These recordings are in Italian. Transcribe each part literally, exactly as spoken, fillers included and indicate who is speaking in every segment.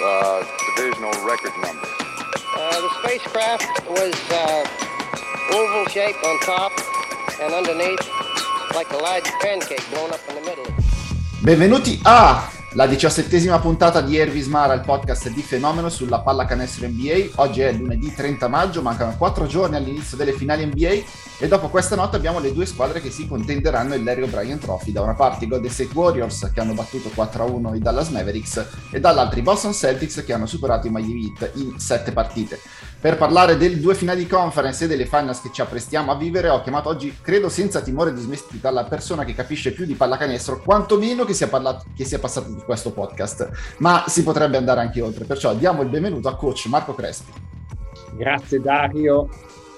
Speaker 1: uh, divisional record number.
Speaker 2: Uh, the spacecraft was uh, oval shaped on top and underneath like a large pancake blown up in the middle.
Speaker 3: Benvenuti a la diciassettesima puntata di Ervis Mara, il podcast di Fenomeno sulla pallacanestro N B A. Oggi è lunedì trenta maggio, mancano quattro giorni all'inizio delle finali N B A e dopo questa notte abbiamo le due squadre che si contenderanno il Larry O'Brien Trophy. Da una parte i Golden State Warriors che hanno battuto quattro a uno i Dallas Mavericks e dall'altra i Boston Celtics che hanno superato i Miami Heat in sette partite. Per parlare delle due finali di conference e delle finals che ci apprestiamo a vivere ho chiamato oggi, credo senza timore di smentita, la persona che capisce più di pallacanestro, quantomeno che sia, parlato, che sia passato di questo podcast, ma si potrebbe andare anche oltre, perciò diamo il benvenuto a coach Marco Crespi.
Speaker 4: Grazie Dario.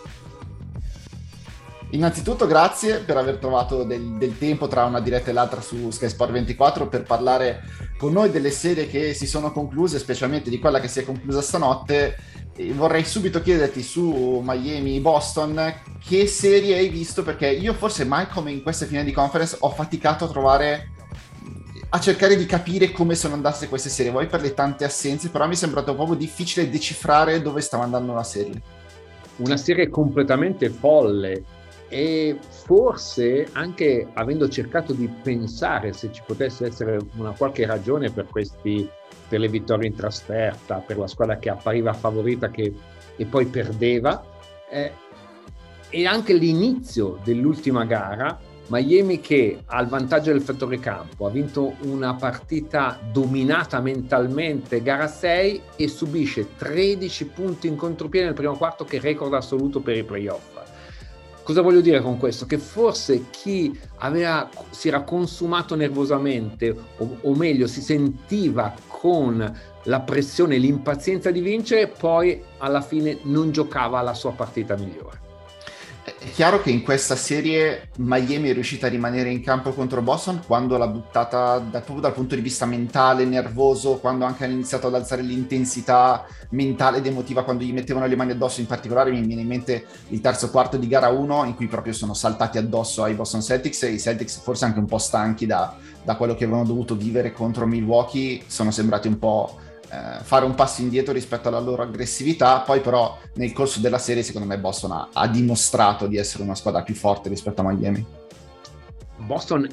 Speaker 3: Innanzitutto grazie per aver trovato del, del tempo tra una diretta e l'altra su Sky Sport ventiquattro per parlare con noi delle serie che si sono concluse, specialmente di quella che si è conclusa stanotte. E vorrei subito chiederti su Miami-Boston che serie hai visto, perché io forse mai come in queste finali di conference ho faticato a trovare, a cercare di capire come sono andate queste serie. Voi per le tante assenze, però mi è sembrato proprio difficile decifrare dove stava andando una serie.
Speaker 4: Una serie completamente folle. E forse anche avendo cercato di pensare se ci potesse essere una qualche ragione per questi per le vittorie in trasferta, per la squadra che appariva favorita che, e poi perdeva, eh, e anche l'inizio dell'ultima gara, Miami che ha il vantaggio del fattore campo, ha vinto una partita dominata mentalmente, gara sei, e subisce tredici punti in contropiede nel primo quarto, che è record assoluto per i playoff. Cosa voglio dire con questo? Che forse chi aveva, si era consumato nervosamente, o, o meglio si sentiva con la pressione e l'impazienza di vincere, poi alla fine non giocava la sua partita migliore.
Speaker 3: È chiaro che in questa serie Miami è riuscita a rimanere in campo contro Boston quando l'ha buttata da, proprio dal punto di vista mentale, nervoso, quando anche hanno iniziato ad alzare l'intensità mentale ed emotiva, quando gli mettevano le mani addosso. In particolare mi viene in mente il terzo quarto di gara uno in cui proprio sono saltati addosso ai Boston Celtics, e i Celtics forse anche un po' stanchi da, da quello che avevano dovuto vivere contro Milwaukee sono sembrati un po' fare un passo indietro rispetto alla loro aggressività. Poi però nel corso della serie secondo me Boston ha, ha dimostrato di essere una squadra più forte rispetto a Miami.
Speaker 4: Boston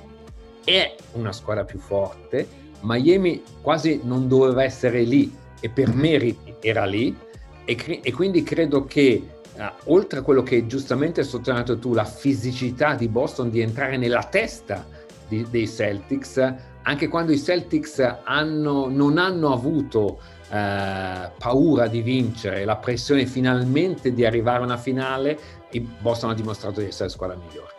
Speaker 4: è una squadra più forte, Miami quasi non doveva essere lì e per mm-hmm. meriti era lì, e, cre- e quindi credo che uh, oltre a quello che giustamente hai sottolineato tu, la fisicità di Boston di entrare nella testa di, dei Celtics, anche quando i Celtics hanno, non hanno avuto eh, paura di vincere, la pressione finalmente di arrivare a una finale, e Boston ha dimostrato di essere la squadra migliore.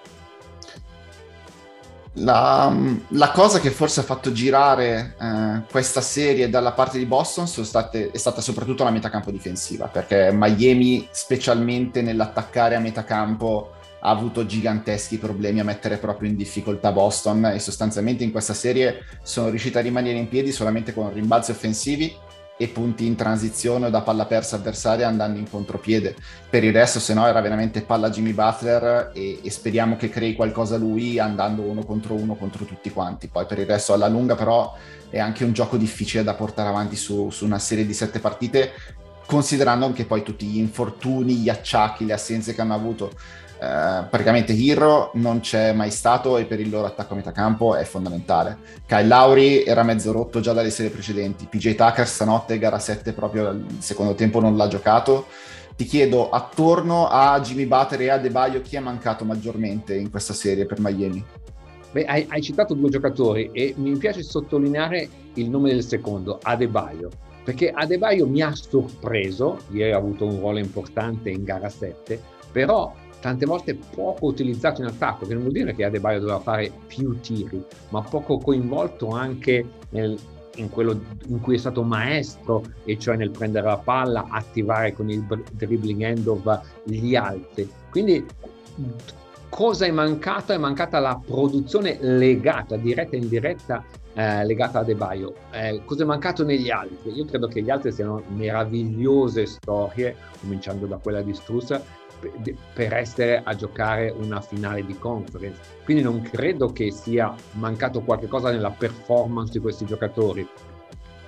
Speaker 3: La, la cosa che forse ha fatto girare eh, questa serie dalla parte di Boston sono state, è stata soprattutto la metacampo difensiva, perché Miami, specialmente nell'attaccare a metacampo, ha avuto giganteschi problemi a mettere proprio in difficoltà Boston, e sostanzialmente in questa serie sono riusciti a rimanere in piedi solamente con rimbalzi offensivi e punti in transizione o da palla persa avversaria andando in contropiede. Per il resto, se no, era veramente palla Jimmy Butler, e, e speriamo che crei qualcosa lui andando uno contro uno contro tutti quanti. Poi per il resto alla lunga però è anche un gioco difficile da portare avanti su, su una serie di sette partite, considerando anche poi tutti gli infortuni, gli acciacchi, le assenze che hanno avuto. Uh, praticamente Herro non c'è mai stato e per il loro attacco a metacampo è fondamentale. Kyle Lowry era mezzo rotto già dalle serie precedenti. P J Tucker stanotte gara sette proprio il secondo tempo non l'ha giocato. Ti chiedo, attorno a Jimmy Butler e a Adebayo, chi è mancato maggiormente in questa serie per Miami?
Speaker 4: Beh, hai, hai citato due giocatori e mi piace sottolineare il nome del secondo, Adebayo, perché Adebayo mi ha sorpreso. Ieri ha avuto un ruolo importante in gara sette, però tante volte poco utilizzato in attacco, che non vuol dire che Adebayo doveva fare più tiri, ma poco coinvolto anche nel, in quello in cui è stato maestro, e cioè nel prendere la palla, attivare con il dribbling handoff gli altri. Quindi cosa è mancato? È mancata la produzione legata, diretta e indiretta, eh, legata a Adebayo. Eh, cosa è mancato negli altri? Io credo che gli altri siano meravigliose storie, cominciando da quella di Strus, per essere a giocare una finale di conference. Quindi non credo che sia mancato qualche cosa nella performance di questi giocatori.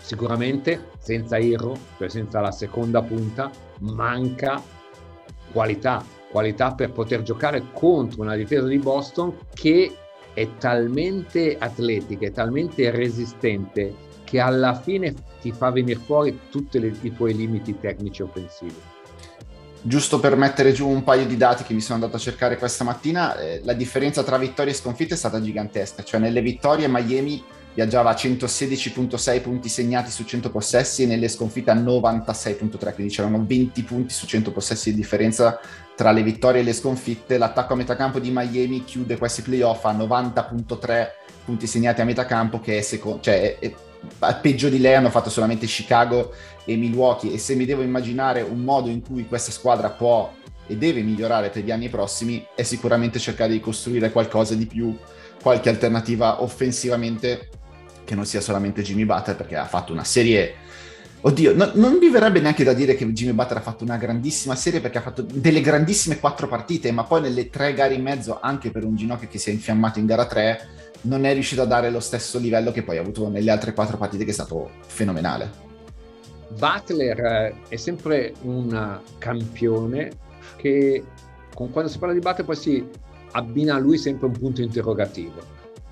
Speaker 4: Sicuramente senza Herro, cioè senza la seconda punta, manca qualità, qualità per poter giocare contro una difesa di Boston che è talmente atletica, è talmente resistente che alla fine ti fa venire fuori tutti i tuoi limiti tecnici offensivi.
Speaker 3: Giusto per mettere giù un paio di dati che mi sono andato a cercare questa mattina, eh, la differenza tra vittorie e sconfitte è stata gigantesca, cioè nelle vittorie Miami viaggiava a centosedici virgola sei punti segnati su cento possessi e nelle sconfitte a novantasei virgola tre, quindi c'erano venti punti su cento possessi di differenza tra le vittorie e le sconfitte. L'attacco a metacampo di Miami chiude questi playoff a novanta virgola tre punti segnati a metacampo, che è, seco- cioè, è, è peggio di lei hanno fatto solamente Chicago e Milwaukee, e se mi devo immaginare un modo in cui questa squadra può e deve migliorare per gli anni prossimi è sicuramente cercare di costruire qualcosa di più, qualche alternativa offensivamente che non sia solamente Jimmy Butler, perché ha fatto una serie, oddio, no, non mi verrebbe neanche da dire che Jimmy Butler ha fatto una grandissima serie, perché ha fatto delle grandissime quattro partite, ma poi nelle tre gare in mezzo, anche per un ginocchio che si è infiammato in gara tre, non è riuscito a dare lo stesso livello che poi ha avuto nelle altre quattro partite, che è stato fenomenale.
Speaker 4: Butler è sempre un campione che, con, quando si parla di Butler, poi si abbina a lui sempre un punto interrogativo,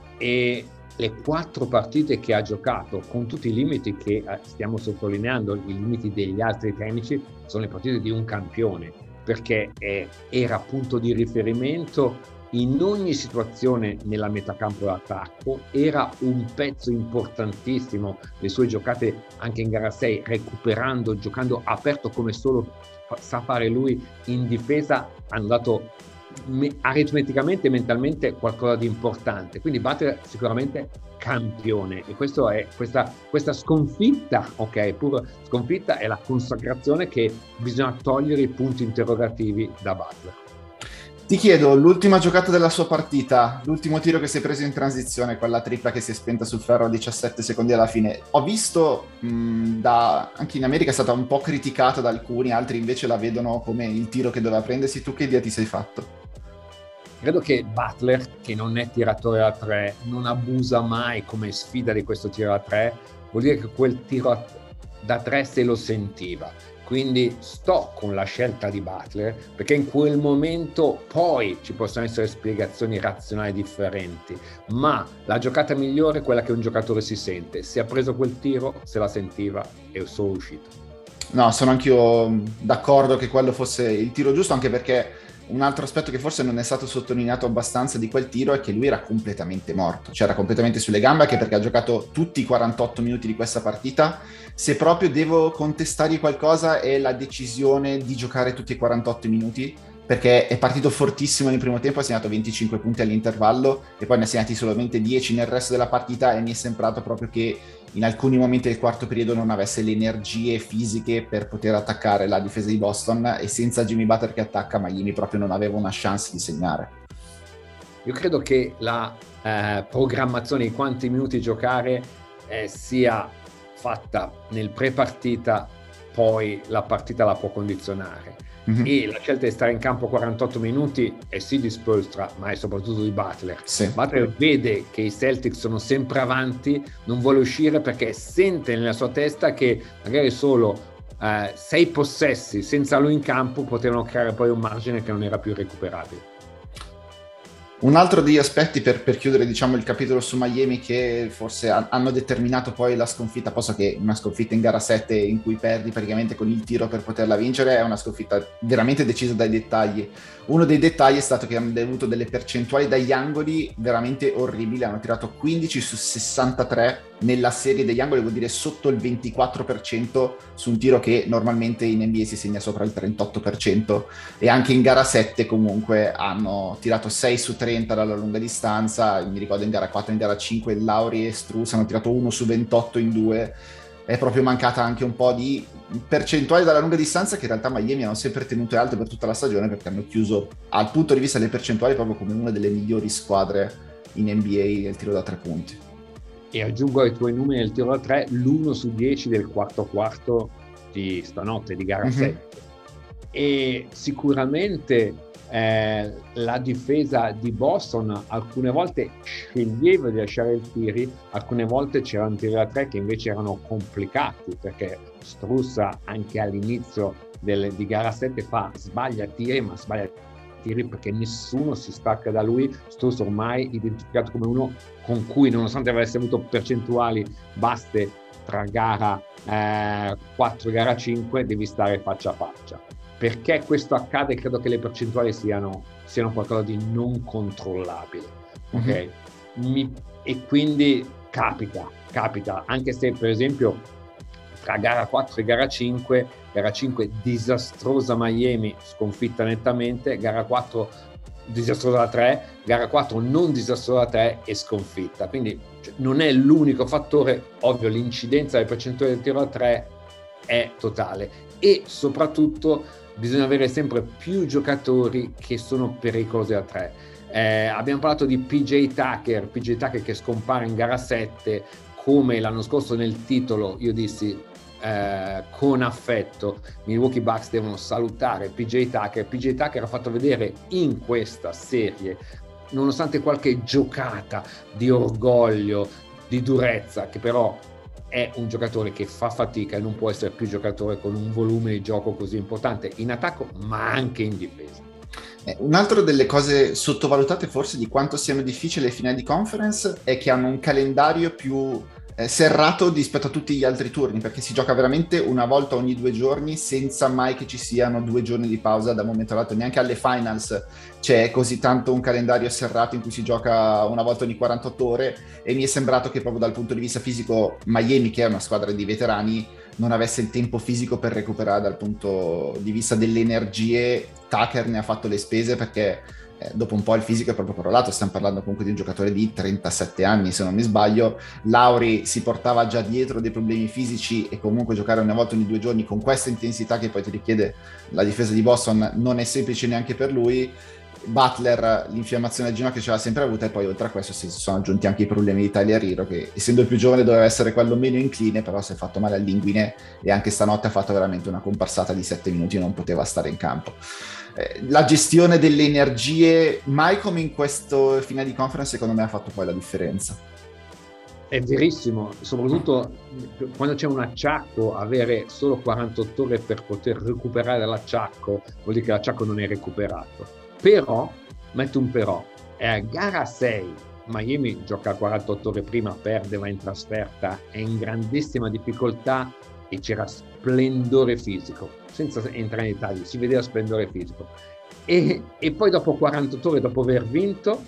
Speaker 4: e le quattro partite che ha giocato, con tutti i limiti che stiamo sottolineando, i limiti degli altri tecnici, sono le partite di un campione, perché è, era punto di riferimento in ogni situazione nella metacampo d'attacco, era un pezzo importantissimo, le sue giocate anche in gara sei, recuperando, giocando aperto come solo sa fare lui in difesa, hanno dato aritmeticamente e mentalmente qualcosa di importante. Quindi Butler sicuramente campione, e questo è questa, questa sconfitta, ok, pur sconfitta, è la consacrazione che bisogna togliere i punti interrogativi da Butler.
Speaker 3: Ti chiedo, l'ultima giocata della sua partita, l'ultimo tiro che si è preso in transizione, quella tripla che si è spenta sul ferro a diciassette secondi alla fine. Ho visto, mh, da, anche in America è stata un po' criticata da alcuni, altri invece la vedono come il tiro che doveva prendersi. Tu che idea ti sei fatto?
Speaker 4: Credo che Butler, che non è tiratore da tre, non abusa mai come sfida di questo tiro da tre, vuol dire che quel tiro da tre se lo sentiva. Quindi sto con la scelta di Butler, perché in quel momento poi ci possono essere spiegazioni razionali differenti, ma la giocata migliore è quella che un giocatore si sente. Se ha preso quel tiro, se la sentiva e sono uscito.
Speaker 3: No, sono anch'io d'accordo che quello fosse il tiro giusto, anche perché un altro aspetto che forse non è stato sottolineato abbastanza di quel tiro è che lui era completamente morto, cioè era completamente sulle gambe, anche perché ha giocato tutti i quarantotto minuti di questa partita. Se proprio devo contestargli qualcosa è la decisione di giocare tutti i quarantotto minuti, perché è partito fortissimo nel primo tempo, ha segnato venticinque punti all'intervallo e poi ne ha segnati solamente dieci nel resto della partita, e mi è sembrato proprio che in alcuni momenti del quarto periodo non avesse le energie fisiche per poter attaccare la difesa di Boston, e senza Jimmy Butler che attacca, Miami proprio non aveva una chance di segnare.
Speaker 4: Io credo che la eh, programmazione di quanti minuti giocare eh, sia fatta nel pre-partita, poi la partita la può condizionare. Mm-hmm. E la scelta di stare in campo quarantotto minuti è sì di Spoelstra, ma è soprattutto di Butler.
Speaker 3: Sì.
Speaker 4: Butler vede che i Celtics sono sempre avanti, non vuole uscire perché sente nella sua testa che magari solo eh, sei possessi senza lui in campo potevano creare poi un margine che non era più recuperabile.
Speaker 3: Un altro degli aspetti per, per chiudere, diciamo, il capitolo su Miami, che forse ha, hanno determinato poi la sconfitta, posto che una sconfitta in gara sette in cui perdi praticamente con il tiro per poterla vincere è una sconfitta veramente decisa dai dettagli. Uno dei dettagli è stato che hanno avuto delle percentuali dagli angoli veramente orribili, hanno tirato quindici su sessantatré nella serie degli angoli, vuol dire sotto il ventiquattro per cento su un tiro che normalmente in N B A si segna sopra il trentotto per cento, e anche in gara sette comunque hanno tirato sei su trenta dalla lunga distanza. Mi ricordo in gara quattro e in gara cinque Lauri e Strus hanno tirato uno su ventotto in due. È proprio mancata anche un po' di percentuali dalla lunga distanza, che in realtà Miami hanno sempre tenuto alte per tutta la stagione, perché hanno chiuso dal punto di vista delle percentuali proprio come una delle migliori squadre in N B A nel tiro da tre punti.
Speaker 4: E aggiungo ai tuoi numeri nel tiro da tre l'uno su dieci del quarto quarto di stanotte, di gara mm-hmm. sette. E sicuramente eh, la difesa di Boston alcune volte sceglieva di lasciare i tiri, alcune volte c'erano tiri da tre che invece erano complicati, perché Strus anche all'inizio del, di gara sette fa sbaglia tiri, ma sbaglia tiri perché nessuno si stacca da lui. Strus ormai identificato come uno con cui, nonostante avesse avuto percentuali basse tra gara eh, quattro e gara cinque, devi stare faccia a faccia. Perché questo accade? Credo che le percentuali siano, siano qualcosa di non controllabile, ok? Mm-hmm. Mi, e quindi capita, capita, anche se per esempio tra gara quattro e gara cinque, gara cinque disastrosa Miami, sconfitta nettamente, gara quattro disastrosa da tre, gara quattro non disastrosa da tre e sconfitta. Quindi cioè, non è l'unico fattore, ovvio l'incidenza delle percentuali del tiro da tre è totale, e soprattutto bisogna avere sempre più giocatori che sono pericolosi da tre. Eh, abbiamo parlato di P J Tucker, P J Tucker che scompare in gara sette, come l'anno scorso nel titolo io dissi eh, con affetto, Milwaukee Bucks devono salutare P J Tucker. P J Tucker ha fatto vedere in questa serie, nonostante qualche giocata di orgoglio, di durezza, che però è un giocatore che fa fatica e non può essere più giocatore con un volume di gioco così importante in attacco ma anche in difesa.
Speaker 3: Eh, un'altra delle cose sottovalutate forse di quanto siano difficili le finali di conference è che hanno un calendario più eh, serrato rispetto a tutti gli altri turni, perché si gioca veramente una volta ogni due giorni senza mai che ci siano due giorni di pausa da un momento all'altro. Neanche alle finals c'è così tanto un calendario serrato in cui si gioca una volta ogni quarantotto ore, e mi è sembrato che proprio dal punto di vista fisico Miami, che è una squadra di veterani, non avesse il tempo fisico per recuperare dal punto di vista delle energie. Tucker ne ha fatto le spese perché eh, dopo un po' il fisico è proprio crollato. Stiamo parlando comunque di un giocatore di trentasette anni, se non mi sbaglio. Lauri si portava già dietro dei problemi fisici, e comunque giocare una volta ogni due giorni con questa intensità che poi ti richiede la difesa di Boston non è semplice neanche per lui. Butler l'infiammazione al ginocchio ce l'ha sempre avuta, e poi oltre a questo si sono aggiunti anche i problemi di Tyler Hero, che essendo il più giovane doveva essere quello meno incline, però si è fatto male all'inguine e anche stanotte ha fatto veramente una comparsata di sette minuti e non poteva stare in campo. Eh, la gestione delle energie, mai come in questo finale di conference, secondo me ha fatto poi la differenza.
Speaker 4: È verissimo, soprattutto quando c'è un acciacco, avere solo quarantotto ore per poter recuperare dall'acciacco vuol dire che l'acciacco non è recuperato. Però, metto un però, è a gara sei, Miami gioca quarantotto ore prima, perde, va in trasferta, è in grandissima difficoltà e c'era splendore fisico, senza entrare nei dettagli, si vedeva splendore fisico. E, e poi dopo quarantotto ore, dopo aver vinto,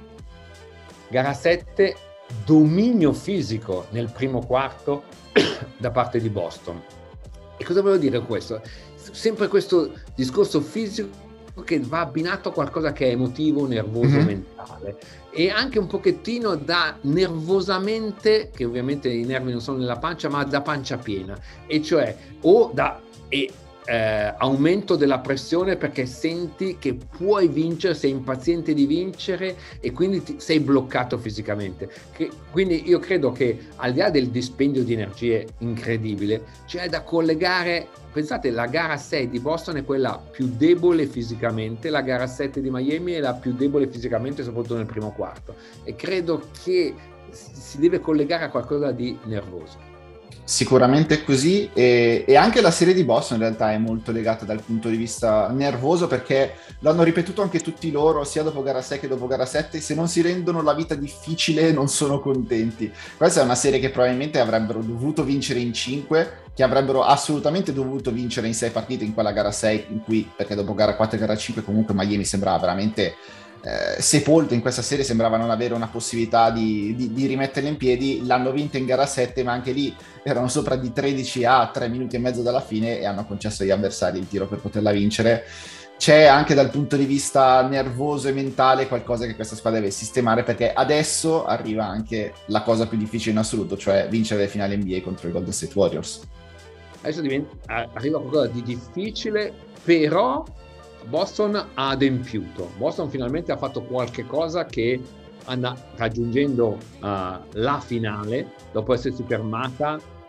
Speaker 4: gara sette, dominio fisico nel primo quarto da parte di Boston. E cosa voglio dire questo? Sempre questo discorso fisico che va abbinato a qualcosa che è emotivo, nervoso, mm-hmm. mentale, e anche un pochettino da nervosamente, che ovviamente i nervi non sono nella pancia, ma da pancia piena, e cioè o da e, eh, aumento della pressione perché senti che puoi vincere, sei impaziente di vincere e quindi ti, sei bloccato fisicamente. Che, quindi io credo che al di là del dispendio di energie incredibile, c'è da collegare. Pensate, la gara sei di Boston è quella più debole fisicamente, la gara sette di Miami è la più debole fisicamente, soprattutto nel primo quarto, e credo che si deve collegare a qualcosa di nervoso.
Speaker 3: Sicuramente così, e, e anche la serie di Boston in realtà è molto legata dal punto di vista nervoso, perché l'hanno ripetuto anche tutti loro, sia dopo gara sei che dopo gara sette: se non si rendono la vita difficile non sono contenti. Questa è una serie che probabilmente avrebbero dovuto vincere in cinque, che avrebbero assolutamente dovuto vincere in sei partite in quella gara sei, in cui, perché dopo gara quattro e gara cinque comunque Miami sembrava veramente Eh, sepolto in questa serie, sembrava non avere una possibilità di, di, di rimetterla in piedi. L'hanno vinta in gara sette, ma anche lì erano sopra di tredici a tre minuti e mezzo dalla fine e hanno concesso agli avversari il tiro per poterla vincere. C'è anche dal punto di vista nervoso e mentale qualcosa che questa squadra deve sistemare, perché adesso arriva anche la cosa più difficile in assoluto, cioè vincere le finali N B A contro i Golden State Warriors.
Speaker 4: Adesso diventa, arriva qualcosa di difficile, però Boston ha adempiuto. Boston finalmente ha fatto qualche cosa che anda raggiungendo uh, la finale dopo essersi fermata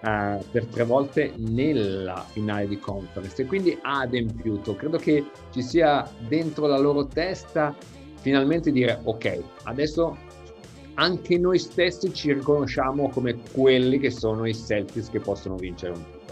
Speaker 4: uh, per tre volte nella finale di conference e quindi ha adempiuto. Credo che ci sia dentro la loro testa finalmente dire ok, adesso anche noi stessi ci riconosciamo come quelli che sono i Celtics che possono vincere un titolo.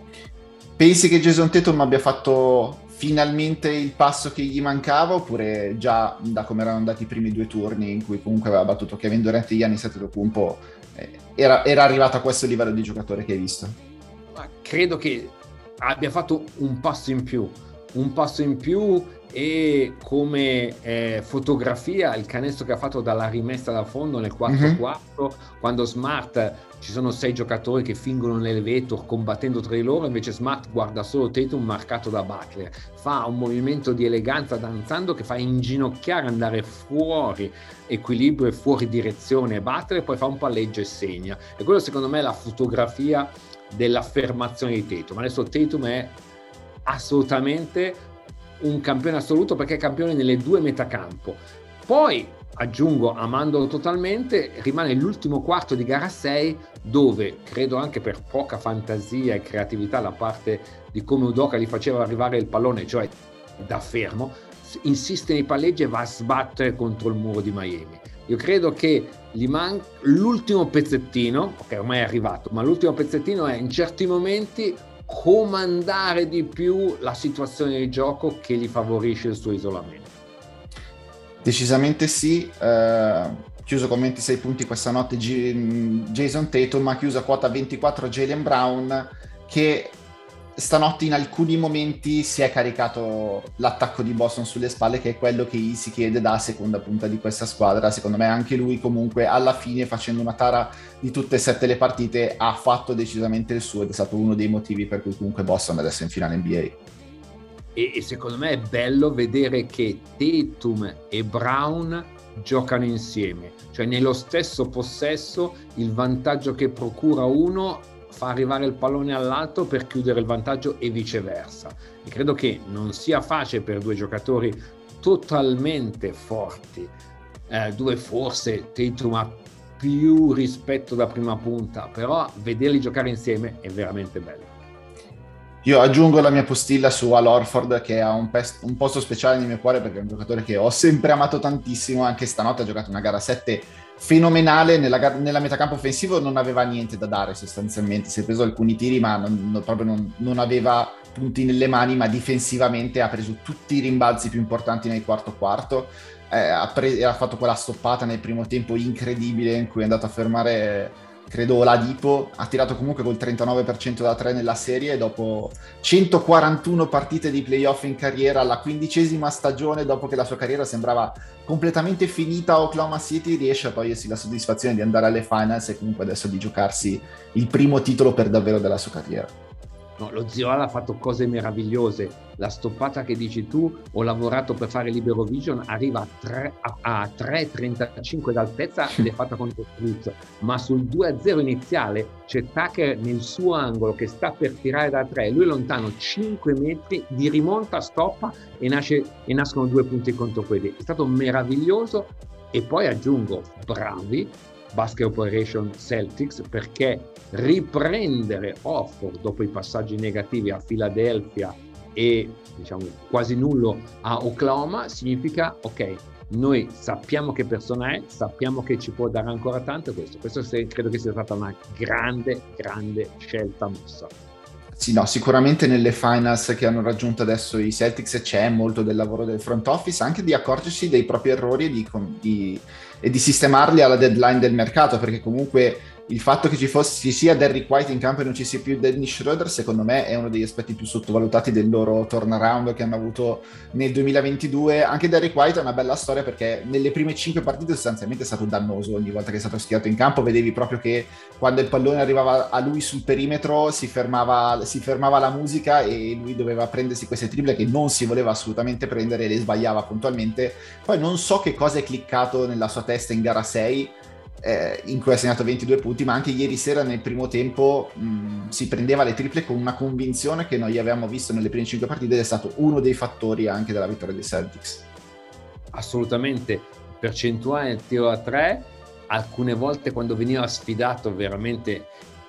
Speaker 3: Pensi che Jason Tatum abbia fatto finalmente il passo che gli mancava, oppure già da come erano andati i primi due turni in cui comunque aveva battuto Kevin Durant e Giannis Antetokounmpo eh, era, era arrivato a questo livello di giocatore che hai visto?
Speaker 4: Ma credo che abbia fatto un passo in più, un passo in più e come eh, fotografia il canestro che ha fatto dalla rimessa da fondo nel quarto quarto, mm-hmm. quando Smart, ci sono sei giocatori che fingono nell'elevator combattendo tra di loro, invece Smart guarda solo Tatum marcato da Butler, fa un movimento di eleganza danzando che fa inginocchiare, andare fuori equilibrio e fuori direzione Butler, poi fa un palleggio e segna, e quello secondo me è la fotografia dell'affermazione di Tatum. Adesso Tatum è assolutamente un campione assoluto perché è campione nelle due metacampo. Poi aggiungo, amandolo totalmente, rimane l'ultimo quarto di gara sei dove credo anche per poca fantasia e creatività da parte di come Udoka gli faceva arrivare il pallone, cioè da fermo, insiste nei palleggi e va a sbattere contro il muro di Miami. Io credo che gli manca l'ultimo pezzettino, ok, ormai è arrivato, ma l'ultimo pezzettino è in certi momenti comandare di più la situazione di gioco che gli favorisce il suo isolamento.
Speaker 3: Decisamente sì, eh, chiuso con ventisei punti questa notte G- Jason Tatum, ha chiuso a quota ventiquattro Jaylen Brown, che stanotte in alcuni momenti si è caricato l'attacco di Boston sulle spalle, che è quello che gli si chiede da seconda punta di questa squadra. Secondo me anche lui comunque alla fine, facendo una tara di tutte e sette le partite, ha fatto decisamente il suo ed è stato uno dei motivi per cui comunque Boston adesso è in finale N B A.
Speaker 4: E, e secondo me è bello vedere che Tatum e Brown giocano insieme, cioè nello stesso possesso il vantaggio che procura uno fa arrivare il pallone all'altro per chiudere il vantaggio e viceversa, e credo che non sia facile per due giocatori totalmente forti, eh, dove forse Tatum ha più rispetto da prima punta, però vederli giocare insieme è veramente bello.
Speaker 3: Io aggiungo la mia postilla su Al Horford, che ha un, pest- un posto speciale nel mio cuore perché è un giocatore che ho sempre amato tantissimo. Anche stanotte ha giocato una gara sette fenomenale, nella, gar- nella metacampo offensivo non aveva niente da dare sostanzialmente, si è preso alcuni tiri ma non, non, proprio non, non aveva punti nelle mani, ma difensivamente ha preso tutti i rimbalzi più importanti nel quarto quarto, eh, ha, pre- ha fatto quella stoppata nel primo tempo incredibile in cui è andato a fermare credo Oladipo, ha tirato comunque col trentanove per cento da tre nella serie, dopo centoquarantuno partite di playoff in carriera, alla quindicesima stagione, dopo che la sua carriera sembrava completamente finita a Oklahoma City, riesce a togliersi la soddisfazione di andare alle finals e comunque adesso di giocarsi il primo titolo per davvero della sua carriera.
Speaker 4: No, lo zio Al ha fatto cose meravigliose. La stoppata che dici tu, ho lavorato per fare Libero Vision, arriva a, tre, a, a tre virgola trentacinque d'altezza ed è fatta contro Cruz, ma sul due a zero iniziale c'è Tucker nel suo angolo che sta per tirare da tre, lui è lontano cinque metri, di rimonta, stoppa e, nasce, e nascono due punti contro quelli. È stato meraviglioso. E poi aggiungo, bravi Basket Operation Celtics, perché riprendere Horford dopo i passaggi negativi a Philadelphia e diciamo quasi nullo a Oklahoma significa ok, noi sappiamo che persona è, sappiamo che ci può dare ancora tanto. Questo, questo credo che sia stata una grande grande scelta mossa.
Speaker 3: Sì, no, sicuramente nelle finals che hanno raggiunto adesso i Celtics c'è molto del lavoro del front office, anche di accorgersi dei propri errori e di, di, e di sistemarli alla deadline del mercato, perché comunque il fatto che ci fosse, ci sia Derrick White in campo e non ci sia più Dennis Schroeder, secondo me è uno degli aspetti più sottovalutati del loro turnaround che hanno avuto nel duemilaventidue. Anche Derrick White è una bella storia perché nelle prime cinque partite sostanzialmente è stato dannoso. Ogni volta che è stato schierato in campo vedevi proprio che quando il pallone arrivava a lui sul perimetro si fermava, si fermava la musica e lui doveva prendersi queste triple che non si voleva assolutamente prendere e le sbagliava puntualmente. Poi non so che cosa è cliccato nella sua testa in gara sei, Eh, in cui ha segnato ventidue punti, ma anche ieri sera nel primo tempo mh, si prendeva le triple con una convinzione che noi avevamo visto nelle prime cinque partite ed è stato uno dei fattori anche della vittoria dei Celtics.
Speaker 4: Assolutamente, percentuale del tiro a tre, alcune volte quando veniva sfidato veramente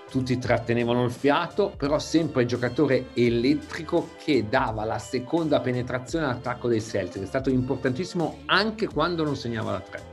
Speaker 4: tutti trattenevano il fiato, però sempre il giocatore elettrico che dava la seconda penetrazione all'attacco dei Celtics. È stato importantissimo anche quando non segnava la tre.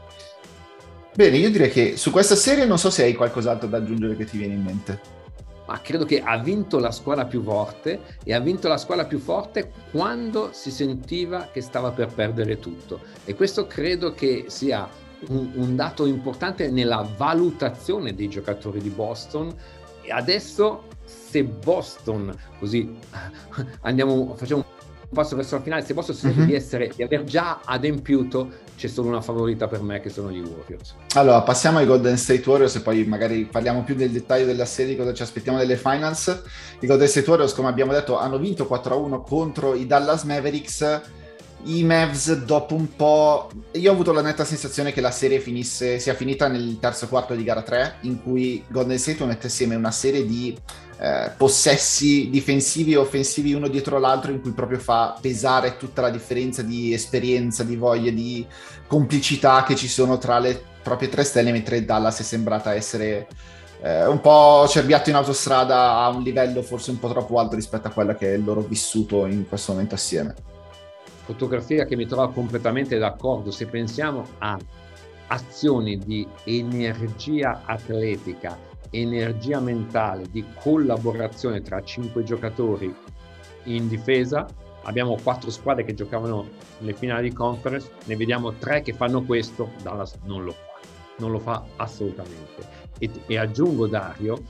Speaker 3: Bene, io direi che su questa serie non so se hai qualcos'altro da aggiungere che ti viene in mente.
Speaker 4: Ma credo che ha vinto la squadra più forte, e ha vinto la squadra più forte quando si sentiva che stava per perdere tutto, e questo credo che sia un, un dato importante nella valutazione dei giocatori di Boston. E adesso, se Boston, così andiamo, facciamo un passo verso la finale, se Boston si sente mm-hmm. di essere, di aver già adempiuto, c'è solo una favorita per me, che sono gli Warriors.
Speaker 3: Allora, passiamo ai Golden State Warriors e poi magari parliamo più nel dettaglio della serie, cosa ci aspettiamo delle finals. I Golden State Warriors, come abbiamo detto, hanno vinto quattro a uno contro i Dallas Mavericks. I Mavs, dopo un po', io ho avuto la netta sensazione che la serie finisse, sia finita nel terzo quarto di gara tre, in cui Golden State mette assieme una serie di eh, possessi difensivi e offensivi uno dietro l'altro, in cui proprio fa pesare tutta la differenza di esperienza, di voglia, di complicità che ci sono tra le proprie tre stelle, mentre Dallas è sembrata essere eh, un po' cerbiato in autostrada a un livello forse un po' troppo alto rispetto a quella che è il loro vissuto in questo momento assieme.
Speaker 4: Fotografia che mi trova completamente d'accordo. Se pensiamo a azioni di energia atletica, energia mentale, di collaborazione tra cinque giocatori in difesa, abbiamo quattro squadre che giocavano nelle finali di conference, ne vediamo tre che fanno questo, Dallas non lo fa, non lo fa assolutamente. E, e aggiungo, Dario,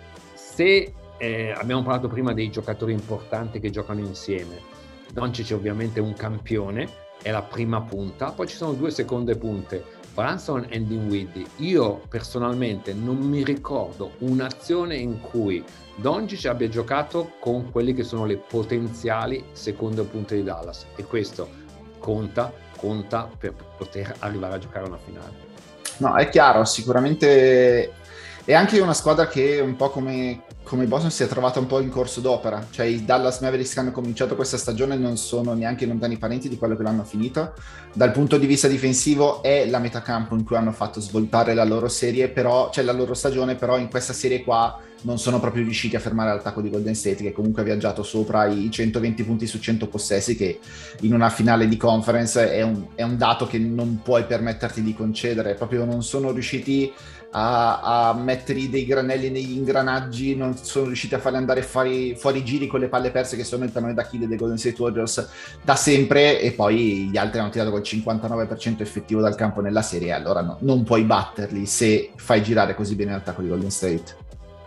Speaker 4: se eh, abbiamo parlato prima dei giocatori importanti che giocano insieme, Doncic è ovviamente un campione, è la prima punta, poi ci sono due seconde punte, Brunson e Dinwiddie. Io personalmente non mi ricordo un'azione in cui Doncic abbia giocato con quelli che sono le potenziali seconde punte di Dallas, e questo conta, conta per poter arrivare a giocare una finale.
Speaker 3: No, è chiaro, sicuramente è anche una squadra che un po' come, come Boston si è trovata un po' in corso d'opera, cioè i Dallas Mavericks che hanno cominciato questa stagione non sono neanche lontani parenti di quello che l'hanno finita. Dal punto di vista difensivo è la metacampo in cui hanno fatto svoltare la loro serie, però, cioè la loro stagione, però in questa serie qua non sono proprio riusciti a fermare l'attacco di Golden State, che comunque ha viaggiato sopra i centoventi punti su cento possessi, che in una finale di conference è un, è un dato che non puoi permetterti di concedere. Proprio non sono riusciti a, a mettere dei granelli negli ingranaggi, non sono riusciti a farli andare fuori, fuori giri con le palle perse, che sono il tallone d'Achille dei Golden State Warriors da sempre, e poi gli altri hanno tirato col cinquantanove per cento effettivo dal campo nella serie. Allora no, non puoi batterli se fai girare così bene l'attacco di Golden State.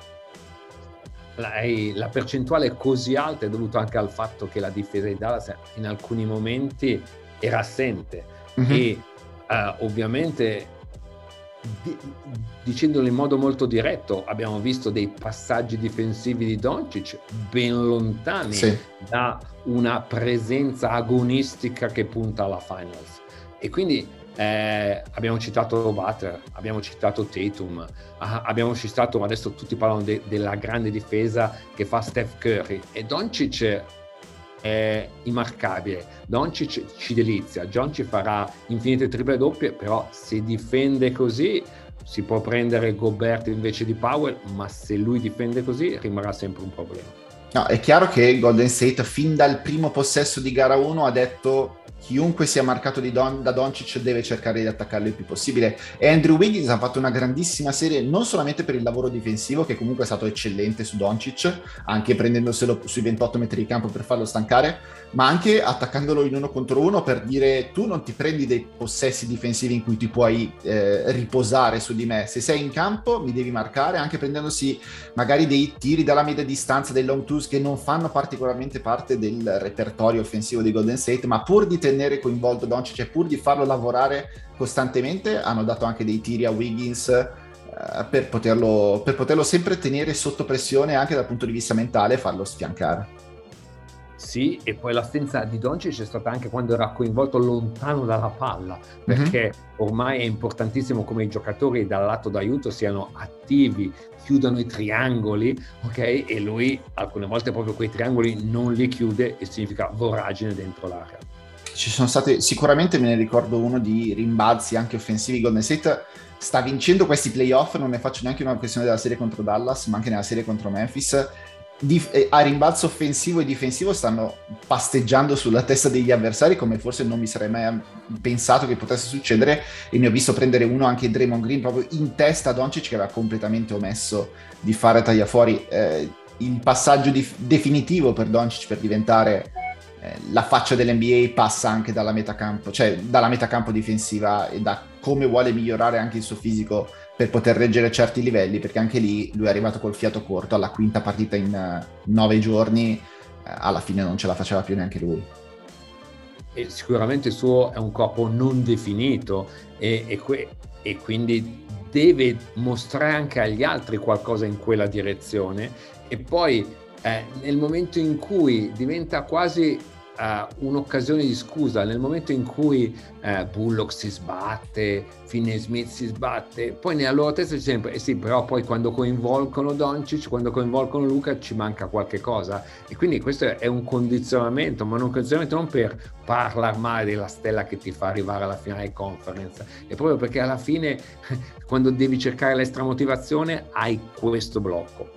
Speaker 4: La, la percentuale così alta è dovuta anche al fatto che la difesa di Dallas in alcuni momenti era assente, mm-hmm. e uh, ovviamente di, dicendolo in modo molto diretto, abbiamo visto dei passaggi difensivi di Doncic ben lontani sì. da una presenza agonistica che punta alla finals, e quindi Eh, abbiamo citato Butler, abbiamo citato Tatum, ah, abbiamo citato, adesso tutti parlano de- della grande difesa che fa Steph Curry, e Doncic è immarcabile. Doncic ci delizia, Doncic farà infinite triple doppie, però se difende così si può prendere Gobert invece di Powell, ma se lui difende così rimarrà sempre un problema.
Speaker 3: No, è chiaro che Golden State fin dal primo possesso di gara uno ha detto: chiunque sia marcato di Don, da Doncic deve cercare di attaccarlo il più possibile, e Andrew Wiggins ha fatto una grandissima serie non solamente per il lavoro difensivo, che comunque è stato eccellente su Doncic, anche prendendoselo sui ventotto metri di campo per farlo stancare, ma anche attaccandolo in uno contro uno per dire: tu non ti prendi dei possessi difensivi in cui ti puoi eh, riposare su di me, se sei in campo mi devi marcare, anche prendendosi magari dei tiri dalla media distanza, dei long twos che non fanno particolarmente parte del repertorio offensivo di Golden State, ma pur di tenere coinvolto Doncic e pur di farlo lavorare costantemente hanno dato anche dei tiri a Wiggins eh, per poterlo, per poterlo sempre tenere sotto pressione anche dal punto di vista mentale e farlo sfiancare.
Speaker 4: Sì, e poi l'assenza di Doncic è stata anche quando era coinvolto lontano dalla palla, perché mm-hmm. ormai è importantissimo come i giocatori dal lato d'aiuto siano attivi, chiudano i triangoli, ok? E lui alcune volte proprio quei triangoli non li chiude, e significa voragine dentro l'area. Ci
Speaker 3: sono state, sicuramente me ne ricordo uno di rimbalzi anche offensivi Golden State sta vincendo questi playoff, non ne faccio neanche una questione della serie contro Dallas, ma anche nella serie contro Memphis, di, eh, a rimbalzo offensivo e difensivo stanno pasteggiando sulla testa degli avversari come forse non mi sarei mai pensato che potesse succedere, e ne ho visto prendere uno anche Draymond Green proprio in testa a Doncic, che aveva completamente omesso di fare tagliafuori. Eh, il passaggio di, definitivo per Doncic per diventare eh, la faccia dell'N B A passa anche dalla metacampo, cioè dalla metacampo difensiva e da come vuole migliorare anche il suo fisico per poter reggere certi livelli, perché anche lì lui è arrivato col fiato corto alla quinta partita in uh, nove giorni, uh, alla fine non ce la faceva più neanche lui.
Speaker 4: E sicuramente il suo è un corpo non definito e, e, que- e quindi deve mostrare anche agli altri qualcosa in quella direzione, e poi eh, nel momento in cui diventa quasi uh, un'occasione di scusa, nel momento in cui uh, Bullock si sbatte, Finney Smith si sbatte, poi nella loro testa c'è sempre, eh sì, però poi quando coinvolgono Doncic, quando coinvolgono Luka ci manca qualche cosa, e quindi questo è un condizionamento, ma un condizionamento non per parlare male della stella che ti fa arrivare alla finale di conference, è proprio perché alla fine quando devi cercare l'estra motivazione hai questo blocco.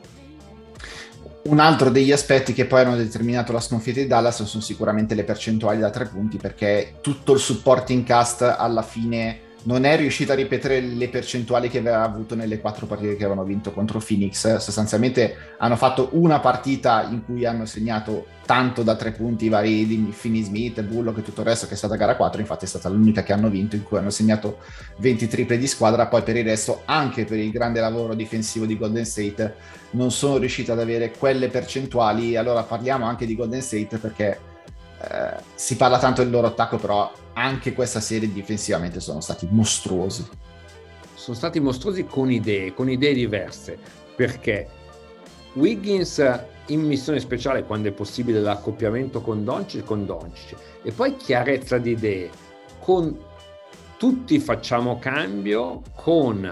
Speaker 3: Un altro degli aspetti che poi hanno determinato la sconfitta di Dallas sono sicuramente le percentuali da tre punti, perché tutto il supporting cast alla fine non è riuscito a ripetere le percentuali che aveva avuto nelle quattro partite che avevano vinto contro Phoenix. Sostanzialmente hanno fatto una partita in cui hanno segnato tanto da tre punti i vari di Finney Smith, Bullock e tutto il resto, che è stata gara quattro, infatti è stata l'unica che hanno vinto, in cui hanno segnato venti triple di squadra. Poi per il resto, anche per il grande lavoro difensivo di Golden State, non sono riusciti ad avere quelle percentuali. Allora parliamo anche di Golden State, perché eh, si parla tanto del loro attacco, però anche questa serie difensivamente sono stati mostruosi.
Speaker 4: Sono stati mostruosi con idee, con idee diverse, perché Wiggins in missione speciale, quando è possibile l'accoppiamento con Doncic, con Doncic, e poi chiarezza di idee, con tutti facciamo cambio, con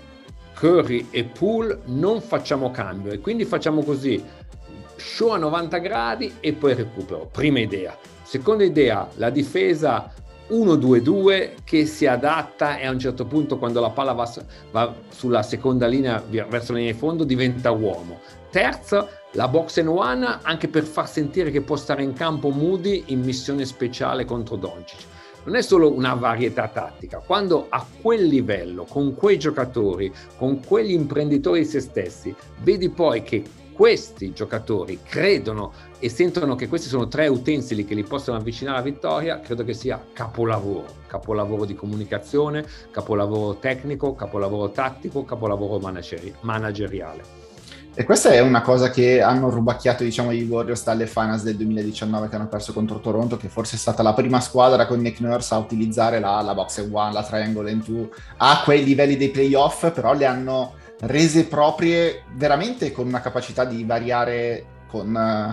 Speaker 4: Curry e Poole non facciamo cambio, e quindi facciamo così, show a novanta gradi e poi recupero. Prima idea. Seconda idea, la difesa uno due due che si adatta, e a un certo punto quando la palla va, va sulla seconda linea verso la linea di fondo diventa uomo. Terzo, la box and one, anche per far sentire che può stare in campo Moody in missione speciale contro Doncic. Non è solo una varietà tattica, quando a quel livello, con quei giocatori, con quegli imprenditori di se stessi, vedi poi che questi giocatori credono e sentono che questi sono tre utensili che li possono avvicinare alla vittoria, credo che sia capolavoro, capolavoro di comunicazione, capolavoro tecnico, capolavoro tattico, capolavoro manageri- manageriale.
Speaker 3: E questa è una cosa che hanno rubacchiato, diciamo, i Warriors dalle finals del duemiladiciannove, che hanno perso contro Toronto, che forse è stata la prima squadra con Nick Nurse a utilizzare la, la box and one, la triangle and two a quei livelli dei playoff, però le hanno rese proprie veramente con una capacità di variare con,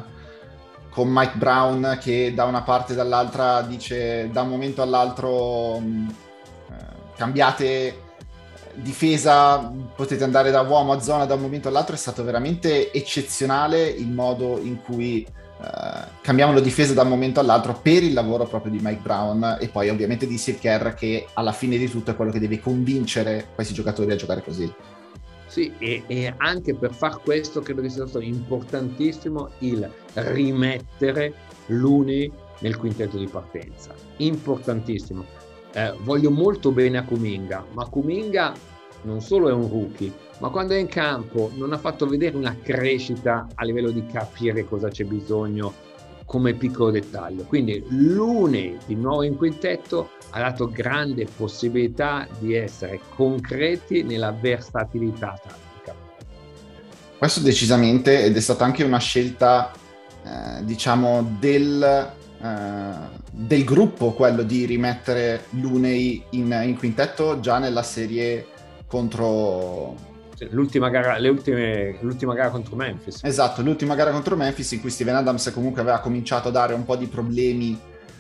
Speaker 3: uh, con Mike Brown, che da una parte e dall'altra dice da un momento all'altro um, uh, cambiate difesa, potete andare da uomo a zona da un momento all'altro. È stato veramente eccezionale il modo in cui uh, cambiavano difesa da un momento all'altro per il lavoro proprio di Mike Brown, e poi ovviamente di Steve Kerr, che alla fine di tutto è quello che deve convincere questi giocatori a giocare così.
Speaker 4: Sì, e, e anche per far questo credo che sia stato importantissimo il rimettere Looney nel quintetto di partenza. Importantissimo. Eh, voglio molto bene a Kuminga, ma Kuminga non solo è un rookie, ma quando è in campo non ha fatto vedere una crescita a livello di capire cosa c'è bisogno come piccolo dettaglio. Quindi Looney di nuovo in quintetto ha dato grande possibilità di essere concreti nella versatilità tattica.
Speaker 3: Questo decisamente, ed è stata anche una scelta eh, diciamo del, eh, del gruppo, quello di rimettere Looney in, in quintetto già nella serie contro
Speaker 4: l'ultima gara, le ultime, l'ultima gara contro Memphis.
Speaker 3: Esatto, l'ultima gara contro Memphis, in cui Steven Adams comunque aveva cominciato a dare un po' di problemi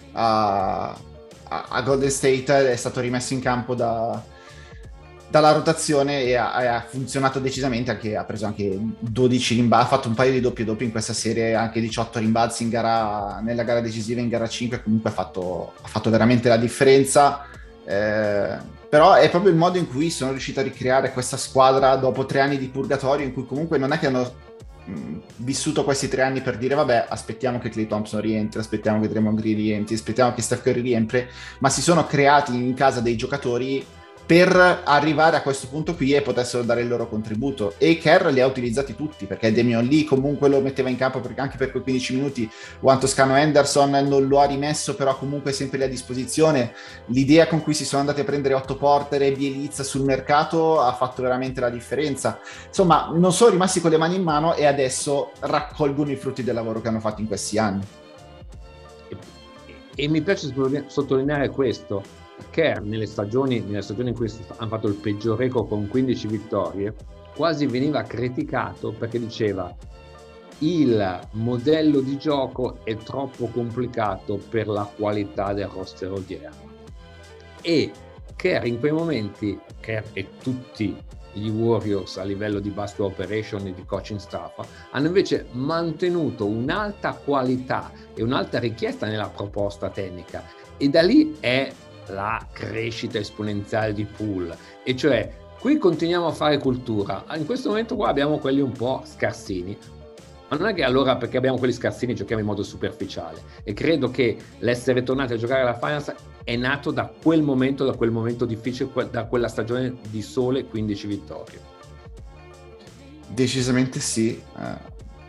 Speaker 3: a, a, a Golden State. È stato rimesso in campo da, dalla rotazione e ha, ha funzionato decisamente, anche, ha preso anche dodici rimbalzi, ha fatto un paio di doppie doppie in questa serie, anche diciotto rimbalzi in gara, nella gara decisiva in gara cinque. Comunque ha fatto, ha fatto veramente la differenza. Eh, però è proprio il modo in cui sono riuscito a ricreare questa squadra dopo tre anni di purgatorio, in cui comunque non è che hanno mh, vissuto questi tre anni per dire vabbè, aspettiamo che Klay Thompson rientri, aspettiamo che Draymond Green rientri, aspettiamo che Steph Curry rientri, ma si sono creati in casa dei giocatori per arrivare a questo punto qui e potessero dare il loro contributo, e Kerr li ha utilizzati tutti, perché Damian Lee comunque lo metteva in campo perché anche per quei quindici minuti. Juan Toscano Henderson non lo ha rimesso, però comunque sempre lì a disposizione. L'idea con cui si sono andati a prendere Otto Porter e Bielitsa sul mercato ha fatto veramente la differenza. Insomma, non sono rimasti con le mani in mano e adesso raccolgono i frutti del lavoro che hanno fatto in questi anni.
Speaker 4: E, e mi piace sottolineare questo. Kerr nelle stagioni, nelle stagioni in cui hanno fatto il peggior record con quindici vittorie, quasi veniva criticato perché diceva il modello di gioco è troppo complicato per la qualità del roster odierno. E Kerr in quei momenti, Kerr e tutti gli Warriors a livello di basketball operation e di coaching staff, hanno invece mantenuto un'alta qualità e un'alta richiesta nella proposta tecnica, e da lì è la crescita esponenziale di Poole. E cioè, qui continuiamo a fare cultura, in questo momento qua abbiamo quelli un po' scarsini, ma non è che allora perché abbiamo quelli scarsini giochiamo in modo superficiale, e credo che l'essere tornati a giocare alla Finals è nato da quel momento, da quel momento difficile, da quella stagione di sole quindici vittorie.
Speaker 3: Decisamente sì. eh.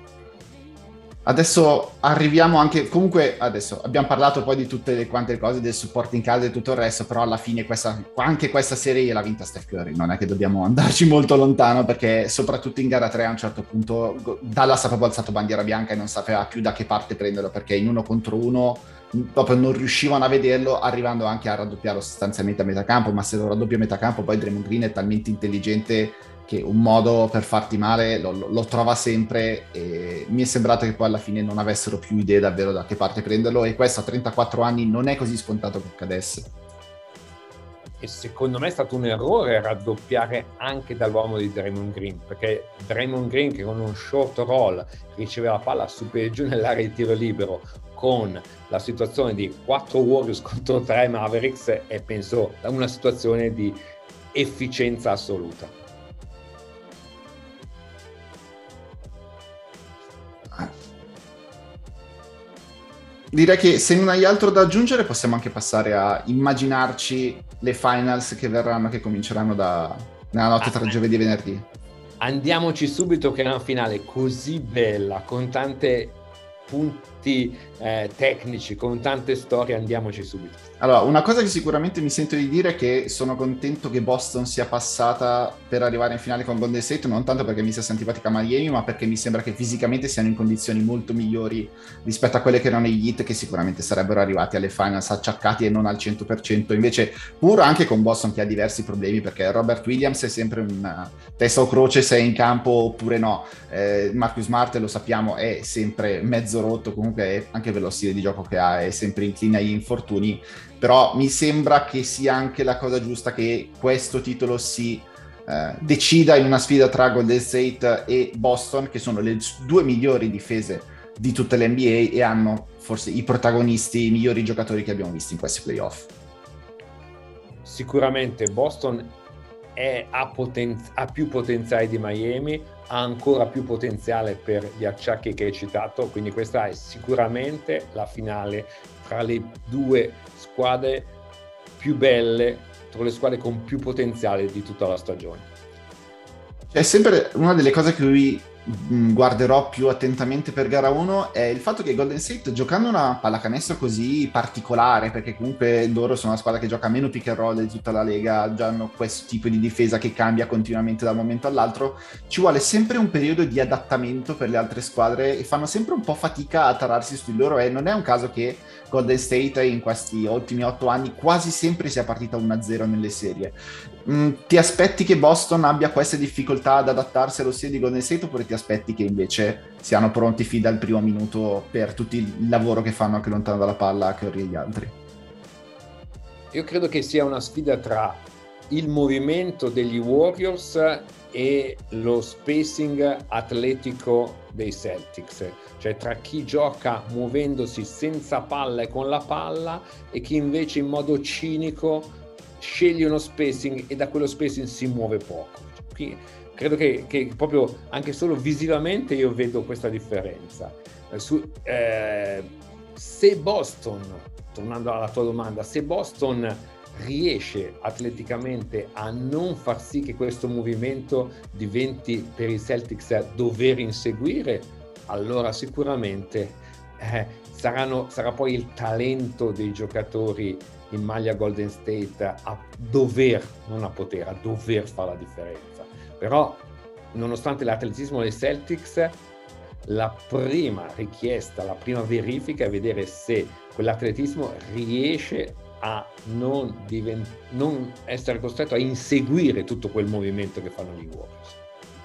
Speaker 3: Adesso arriviamo anche, comunque adesso abbiamo parlato poi di tutte le quante le cose, del supporto in casa e tutto il resto, però alla fine questa, anche questa serie l'ha vinta Steph Curry, non è che dobbiamo andarci molto lontano, perché soprattutto in gara tre a un certo punto Dallas ha proprio alzato bandiera bianca e non sapeva più da che parte prenderlo, perché in uno contro uno proprio non riuscivano a vederlo, arrivando anche a raddoppiarlo sostanzialmente a metà campo, ma se lo raddoppia a metà campo poi Draymond Green è talmente intelligente che un modo per farti male lo, lo, lo trova sempre, e mi è sembrato che poi alla fine non avessero più idee davvero da che parte prenderlo, e questo a trentaquattro anni non è così scontato che accadesse.
Speaker 4: E secondo me è stato un errore raddoppiare anche dall'uomo di Draymond Green, perché Draymond Green, che con un short roll riceveva la palla su e giù nell'area di tiro libero, con la situazione di quattro Warriors contro tre Mavericks, è penso una situazione di efficienza assoluta.
Speaker 3: Direi che se non hai altro da aggiungere possiamo anche passare a immaginarci le finals che verranno, che cominceranno da, nella notte tra giovedì e venerdì.
Speaker 4: Andiamoci subito, che è una finale così bella, con tanti punti eh, tecnici, con tante storie, andiamoci subito.
Speaker 3: Allora, una cosa che sicuramente mi sento di dire è che sono contento che Boston sia passata per arrivare in finale con Golden State, non tanto perché mi sia antipatica Miami, ma perché mi sembra che fisicamente siano in condizioni molto migliori rispetto a quelle che erano gli Heat, che sicuramente sarebbero arrivati alle finals acciaccati e non al cento per cento. Invece, pur anche con Boston che ha diversi problemi, perché Robert Williams è sempre una testa o croce se è in campo oppure no. Eh, Marcus Smart, lo sappiamo, è sempre mezzo rotto, comunque è, anche per lo stile di gioco che ha, è sempre incline agli infortuni. Però mi sembra che sia anche la cosa giusta che questo titolo si eh, decida in una sfida tra Golden State e Boston, che sono le due migliori difese di tutta l'N B A e hanno forse i protagonisti, i migliori giocatori che abbiamo visto in questi playoff.
Speaker 4: Sicuramente Boston è, ha, poten- ha più potenziale di Miami, ha ancora più potenziale per gli acciacchi che hai citato, quindi questa è sicuramente la finale tra le due squadre più belle, tra le squadre con più potenziale di tutta la stagione.
Speaker 3: È sempre una delle cose che lui guarderò più attentamente per gara uno è il fatto che Golden State, giocando una pallacanestro così particolare, perché comunque loro sono una squadra che gioca meno pick and roll di tutta la lega, già hanno questo tipo di difesa che cambia continuamente da un momento all'altro, ci vuole sempre un periodo di adattamento per le altre squadre e fanno sempre un po' fatica a tararsi su di loro, e non è un caso che Golden State in questi ultimi otto anni quasi sempre sia partita uno a zero nelle serie. Mm, ti aspetti che Boston abbia queste difficoltà ad adattarsi allo stile di Golden State, oppure ti aspetti che invece siano pronti fin dal primo minuto per tutto il lavoro che fanno anche lontano dalla palla Curry e gli altri?
Speaker 4: Io credo che sia una sfida tra il movimento degli Warriors e lo spacing atletico dei Celtics, cioè tra chi gioca muovendosi senza palla e con la palla e chi invece in modo cinico scegli uno spacing e da quello spacing si muove poco. Quindi credo che, che proprio anche solo visivamente io vedo questa differenza. Eh, su, eh, se Boston, tornando alla tua domanda, se Boston riesce atleticamente a non far sì che questo movimento diventi per i Celtics dover inseguire, allora sicuramente eh, saranno, sarà poi il talento dei giocatori in maglia Golden State a dover, non a poter, a dover fare la differenza. Però nonostante l'atletismo dei Celtics, la prima richiesta, la prima verifica è vedere se quell'atletismo riesce a non, divent- non essere costretto a inseguire tutto quel movimento che fanno gli Warriors.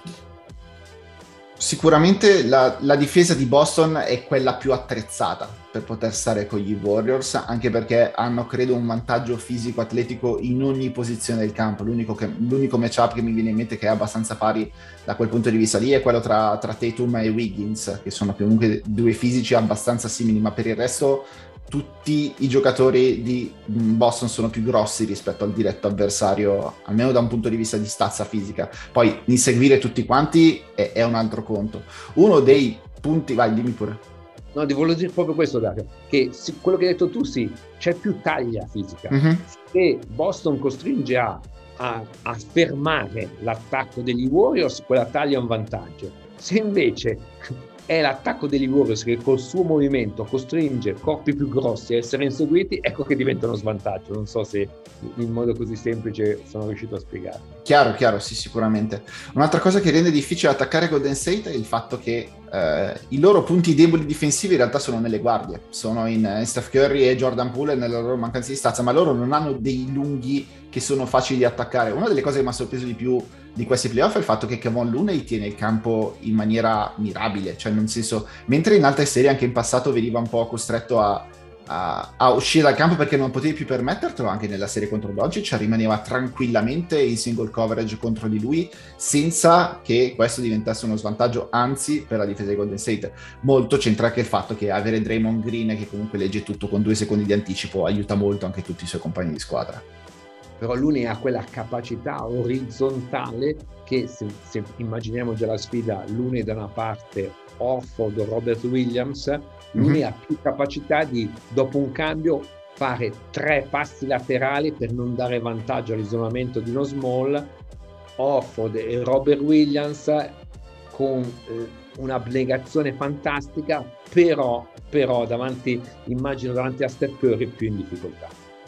Speaker 3: Sicuramente la, la difesa di Boston è quella più attrezzata per poter stare con gli Warriors, anche perché hanno, credo, un vantaggio fisico-atletico in ogni posizione del campo. L'unico, che, l'unico matchup che mi viene in mente che è abbastanza pari da quel punto di vista lì è quello tra, tra Tatum e Wiggins, che sono comunque due fisici abbastanza simili, ma per il resto tutti i giocatori di Boston sono più grossi rispetto al diretto avversario, almeno da un punto di vista di stazza fisica. Poi inseguire tutti quanti è, è un altro conto. Uno dei punti, vai, dimmi pure.
Speaker 4: No, ti volevo dire proprio questo, Dario, che sì, quello che hai detto tu, sì, c'è più taglia fisica. Mm-hmm. Se Boston costringe a, a, a fermare l'attacco degli Warriors, quella taglia è un vantaggio. Se invece è l'attacco degli Warriors che col suo movimento costringe corpi più grossi a essere inseguiti, ecco che diventa uno svantaggio. Non so se in modo così semplice sono riuscito a spiegare.
Speaker 3: Chiaro, chiaro, sì, sicuramente. Un'altra cosa che rende difficile attaccare Golden State è il fatto che eh, i loro punti deboli difensivi in realtà sono nelle guardie, sono in, in Steph Curry e Jordan Poole nella loro mancanza di stazza, ma loro non hanno dei lunghi che sono facili di attaccare. Una delle cose che mi ha sorpreso di più di questi playoff è il fatto che Kevon Looney tiene il campo in maniera mirabile, cioè nel senso, mentre in altre serie anche in passato veniva un po' costretto a, a, a uscire dal campo perché non potevi più permettertelo, anche nella serie contro Doncic rimaneva tranquillamente in single coverage contro di lui senza che questo diventasse uno svantaggio, anzi per la difesa di Golden State molto c'entra anche il fatto che avere Draymond Green che comunque legge tutto con due secondi di anticipo aiuta molto anche tutti i suoi compagni di squadra.
Speaker 4: Però lui ha quella capacità orizzontale che se, se immaginiamo già la sfida, Looney da una parte, Horford o Robert Williams, Looney mm-hmm. ha più capacità di, dopo un cambio, fare tre passi laterali per non dare vantaggio all'isolamento di uno small. Horford e Robert Williams con eh, un'abnegazione fantastica, però, però davanti, immagino davanti a Steph Curry più in difficoltà.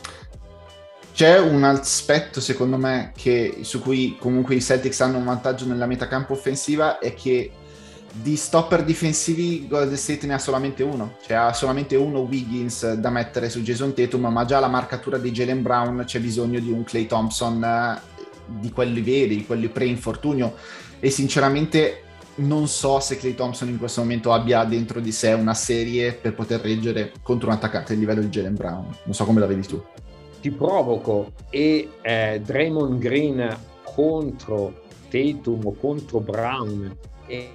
Speaker 3: C'è un aspetto secondo me che, su cui comunque i Celtics hanno un vantaggio nella metacampo offensiva, è che di stopper difensivi Golden State ne ha solamente uno, cioè ha solamente uno Wiggins da mettere su Jason Tatum, ma già la marcatura di Jaylen Brown c'è bisogno di un Klay Thompson eh, di quelli veri, di quelli pre-infortunio, e sinceramente non so se Klay Thompson in questo momento abbia dentro di sé una serie per poter reggere contro un attaccante del livello di Jaylen Brown. Non so come la vedi tu.
Speaker 4: Ti provoco, e eh, Draymond Green contro Tatum o contro Brown e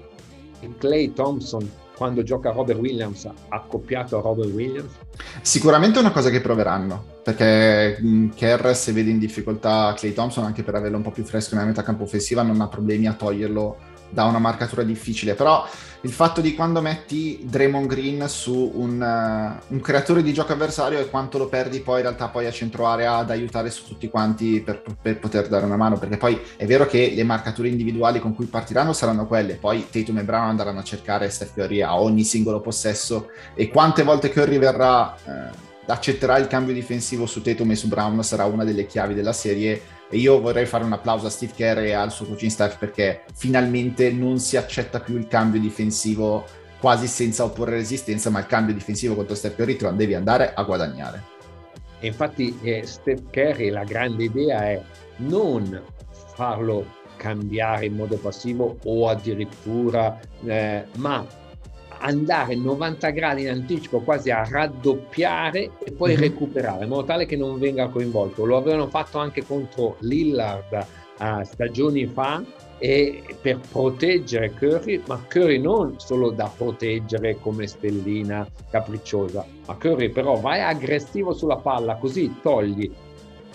Speaker 4: Klay Thompson quando gioca Robert Williams accoppiato a Robert Williams?
Speaker 3: Sicuramente è una cosa che proveranno, perché mh, Kerr, se vede in difficoltà Klay Thompson, anche per averlo un po' più fresco nella metacampo offensiva, non ha problemi a toglierlo da una marcatura difficile. Però il fatto di quando metti Draymond Green su un, uh, un creatore di gioco avversario e quanto lo perdi poi in realtà poi a centro area ad aiutare su tutti quanti per, per poter dare una mano, perché poi è vero che le marcature individuali con cui partiranno saranno quelle, poi Tatum e Brown andranno a cercare Steph Curry a ogni singolo possesso, e quante volte Curry verrà eh, accetterà il cambio difensivo su Tatum e su Brown sarà una delle chiavi della serie. E io vorrei fare un applauso a Steve Kerr e al suo coaching staff, perché finalmente non si accetta più il cambio difensivo quasi senza opporre resistenza, ma il cambio difensivo contro Steph Curry te lo devi andare a guadagnare.
Speaker 4: E infatti eh, Steph Curry, la grande idea è non farlo cambiare in modo passivo o addirittura eh, ma andare novanta gradi in anticipo, quasi a raddoppiare e poi mm-hmm. recuperare, in modo tale che non venga coinvolto. Lo avevano fatto anche contro Lillard a stagioni fa, e per proteggere Curry, ma Curry non solo da proteggere come stellina capricciosa, ma Curry però vai aggressivo sulla palla, così togli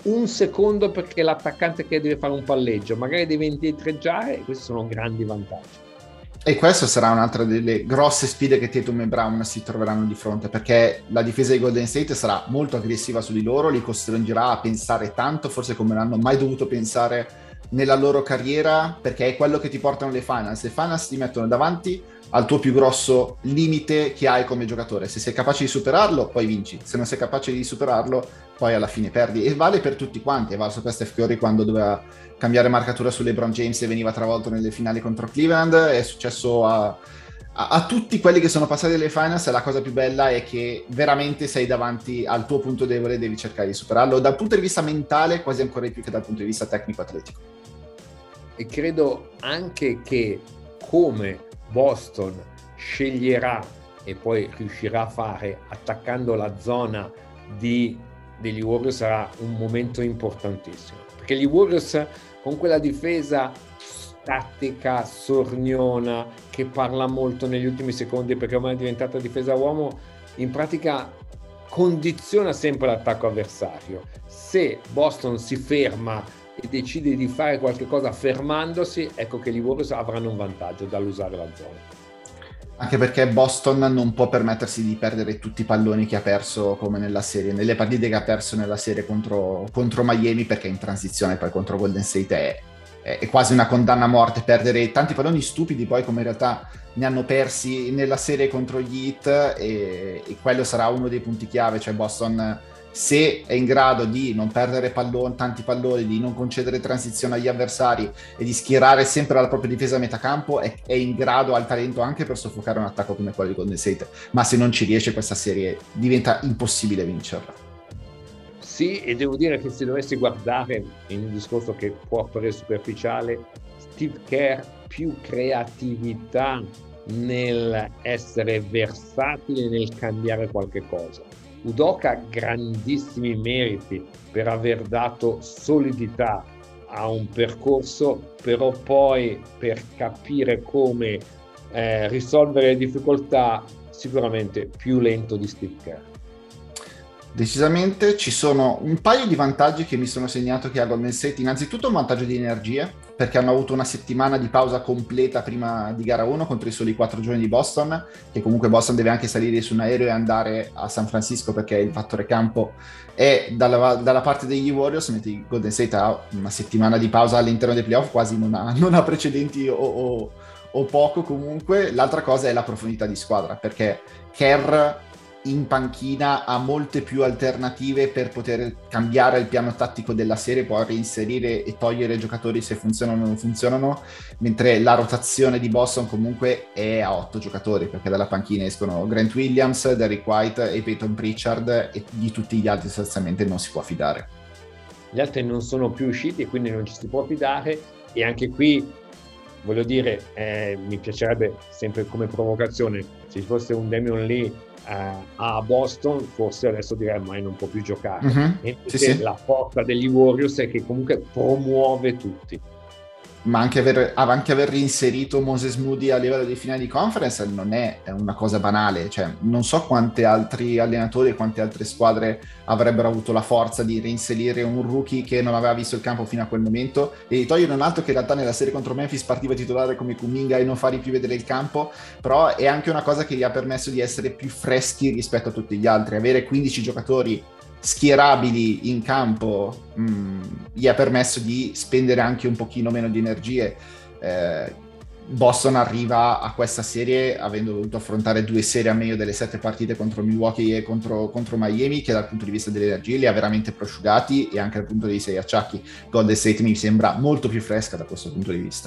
Speaker 4: un secondo perché l'attaccante che deve fare un palleggio, magari deve indietreggiare, e questi sono grandi vantaggi.
Speaker 3: E questa sarà un'altra delle grosse sfide che Tatum e Brown si troveranno di fronte, perché la difesa di Golden State sarà molto aggressiva su di loro, li costringerà a pensare tanto, forse come non hanno mai dovuto pensare nella loro carriera, perché è quello che ti portano le finals. Le finals ti mettono davanti al tuo più grosso limite che hai come giocatore. Se sei capace di superarlo, poi vinci. Se non sei capace di superarlo, poi alla fine perdi. E vale per tutti quanti. È valso per Steph Curry quando doveva cambiare marcatura su LeBron James e veniva travolto nelle finali contro Cleveland. È successo a, a, a tutti quelli che sono passati alle finals. E la cosa più bella è che veramente sei davanti al tuo punto debole e devi cercare di superarlo. Dal punto di vista mentale, quasi ancora di più che dal punto di vista tecnico-atletico.
Speaker 4: E credo anche che come Boston sceglierà e poi riuscirà a fare attaccando la zona di, degli Warriors sarà un momento importantissimo, perché gli Warriors con quella difesa tattica, sorniona, che parla molto negli ultimi secondi perché ormai è diventata difesa uomo, in pratica condiziona sempre l'attacco avversario. Se Boston si ferma e decide di fare qualche cosa fermandosi, ecco che gli Warriors avranno un vantaggio dall'usare la zona.
Speaker 3: Anche perché Boston non può permettersi di perdere tutti i palloni che ha perso come nella serie, nelle partite che ha perso nella serie contro, contro Miami, perché in transizione poi contro Golden State è, è, è quasi una condanna a morte. Perdere tanti palloni stupidi poi come in realtà ne hanno persi nella serie contro gli Heat, e, e quello sarà uno dei punti chiave, cioè Boston, se è in grado di non perdere palloni, tanti palloni, di non concedere transizione agli avversari e di schierare sempre la propria difesa a metà campo, è, è in grado, ha il talento anche per soffocare un attacco come quello di Golden State. Ma se non ci riesce, questa serie diventa impossibile vincerla.
Speaker 4: Sì, e devo dire che se dovessi guardare in un discorso che può apparire superficiale, Steve Kerr più creatività nel essere versatile, nel cambiare qualche cosa. Udoka grandissimi meriti per aver dato solidità a un percorso, però poi per capire come eh, risolvere le difficoltà sicuramente più lento di Steve Kerr.
Speaker 3: Decisamente ci sono un paio di vantaggi che mi sono segnato che ha Golden State. Innanzitutto un vantaggio di energie, perché hanno avuto una settimana di pausa completa prima di gara uno contro i soli quattro giorni di Boston, che comunque Boston deve anche salire su un aereo e andare a San Francisco perché il fattore campo è dalla, dalla parte degli Warriors, mentre Golden State ha una settimana di pausa all'interno dei playoff, quasi non ha, non ha precedenti o, o, o poco comunque. L'altra cosa è la profondità di squadra, perché Kerr in panchina ha molte più alternative per poter cambiare il piano tattico della serie, può reinserire e togliere giocatori se funzionano o non funzionano, mentre la rotazione di Boston comunque è a otto giocatori, perché dalla panchina escono Grant Williams, Derrick White e Peyton Pritchard, e di tutti gli altri sostanzialmente non si può fidare.
Speaker 4: Gli altri non sono più usciti e quindi non ci si può fidare, e anche qui voglio dire, eh, mi piacerebbe sempre come provocazione, se ci fosse un Damian Lee a Boston, forse adesso direi mai non può più giocare.
Speaker 3: Mm-hmm.
Speaker 4: E
Speaker 3: sì, sì.
Speaker 4: La forza degli Warriors è che comunque promuove tutti.
Speaker 3: Ma anche aver, anche aver reinserito Moses Moody a livello di finale di conference non è una cosa banale, cioè non so quanti altri allenatori e quante altre squadre avrebbero avuto la forza di reinserire un rookie che non aveva visto il campo fino a quel momento e di togliere un altro che in realtà nella serie contro Memphis partiva titolare come Kuminga e non fargli più vedere il campo, però è anche una cosa che gli ha permesso di essere più freschi rispetto a tutti gli altri. Avere quindici giocatori schierabili in campo mh, gli ha permesso di spendere anche un pochino meno di energie. eh, Boston arriva a questa serie avendo dovuto affrontare due serie a meglio delle sette partite contro Milwaukee e contro, contro Miami, che dal punto di vista delle energie li ha veramente prosciugati, e anche dal punto di vista degli acciacchi Golden State mi sembra molto più fresca da questo punto di vista,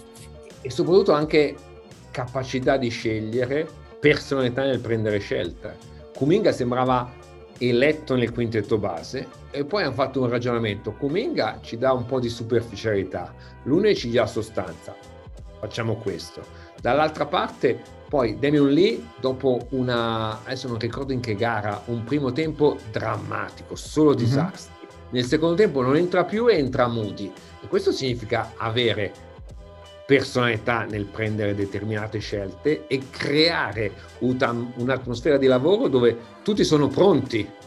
Speaker 4: e soprattutto anche capacità di scegliere, personalità nel prendere scelte. Kuminga sembrava eletto nel quintetto base, e poi hanno fatto un ragionamento: Kuminga ci dà un po' di superficialità, Looney ci dà sostanza, facciamo questo. Dall'altra parte poi Damian Lee, dopo una, adesso non ricordo in che gara, un primo tempo drammatico, solo disastri, mm-hmm. Nel secondo tempo non entra più e entra Moody, e questo significa avere personalità nel prendere determinate scelte e creare un'atmosfera di lavoro dove tutti sono pronti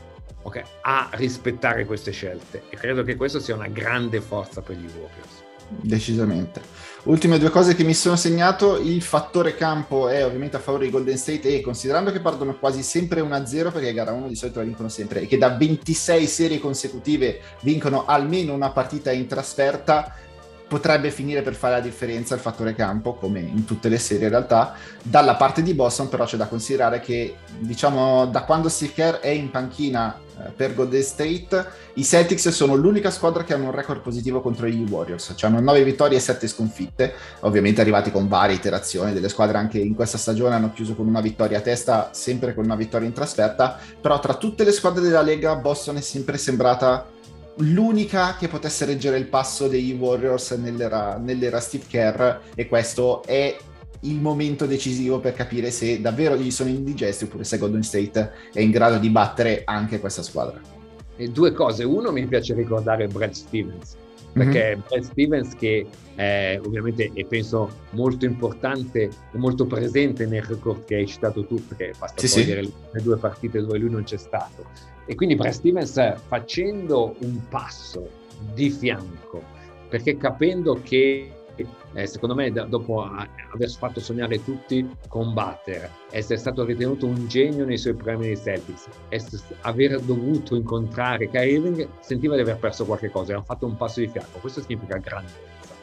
Speaker 4: okay, a rispettare queste scelte, e credo che questo sia una grande forza per gli Warriors.
Speaker 3: Decisamente. Ultime due cose che mi sono segnato: il fattore campo è ovviamente a favore di Golden State, e considerando che partono quasi sempre uno a zero, perché gara uno di solito la vincono sempre, e che da ventisei serie consecutive vincono almeno una partita in trasferta, potrebbe finire per fare la differenza il fattore campo, come in tutte le serie in realtà. Dalla parte di Boston però c'è da considerare che, diciamo, da quando Steve Kerr è in panchina eh, per Golden State, i Celtics sono l'unica squadra che hanno un record positivo contro gli Warriors, cioè hanno nove vittorie e sette sconfitte, ovviamente arrivati con varie iterazioni. Delle squadre anche in questa stagione hanno chiuso con una vittoria a testa, sempre con una vittoria in trasferta, però tra tutte le squadre della Lega Boston è sempre sembrata l'unica che potesse reggere il passo dei Warriors nell'era, nell'era Steve Kerr, e questo è il momento decisivo per capire se davvero gli sono indigesti oppure se Golden State è in grado di battere anche questa squadra.
Speaker 4: E due cose: uno, mi piace ricordare Brad Stevens, perché mm-hmm. Brad Stevens, che è, ovviamente è penso molto importante e molto presente nel record che hai citato tu, perché basta sì, togliere sì. le due partite dove lui non c'è stato, e quindi Brad Stevens, facendo un passo di fianco, perché capendo che eh, secondo me da, dopo a, aver fatto sognare tutti con Butler, essere stato ritenuto un genio nei suoi premi dei Celtics, essere, aver dovuto incontrare Kyrie Irving, sentiva di aver perso qualche cosa e ha fatto un passo di fianco. Questo significa grandezza,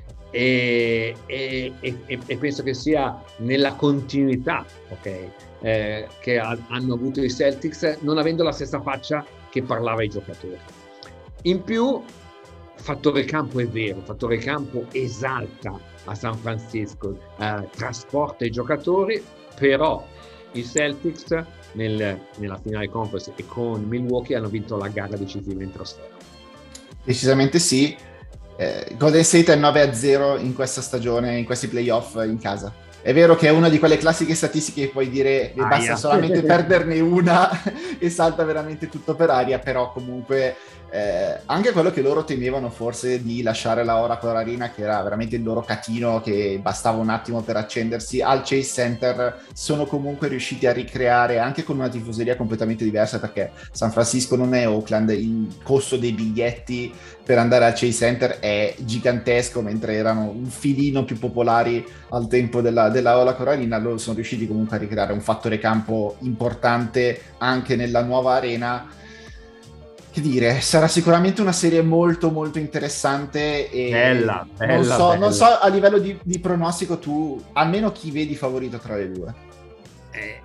Speaker 4: e, e, e, e penso che sia nella continuità, ok, eh, che ha, hanno avuto i Celtics, non avendo la stessa faccia che parlava ai giocatori. In più, fattore campo è vero, fattore campo esalta a San Francisco, eh, trasporta i giocatori, però i Celtics nel, nella finale conference e con Milwaukee hanno vinto la gara decisiva in trasferta. Decisamente
Speaker 3: sì. eh, Golden State è nove a zero in questa stagione, in questi playoff in casa. È vero che è una di quelle classiche statistiche che puoi dire ah, basta yeah. solamente perderne una e salta veramente tutto per aria, però comunque eh, anche quello che loro temevano forse di lasciare la Oracle Arena, che era veramente il loro catino che bastava un attimo per accendersi, al Chase Center sono comunque riusciti a ricreare, anche con una tifoseria completamente diversa, perché San Francisco non è Oakland, il costo dei biglietti per andare al Chase Center è gigantesco, mentre erano un filino più popolari al tempo della, della Oracle Arena. Loro sono riusciti comunque a ricreare un fattore campo importante anche nella nuova arena. Che dire, sarà sicuramente una serie molto molto interessante e
Speaker 4: bella, bella,
Speaker 3: non, so,
Speaker 4: bella.
Speaker 3: non so a livello di, di pronostico tu almeno chi vedi favorito tra le due.
Speaker 4: Eh,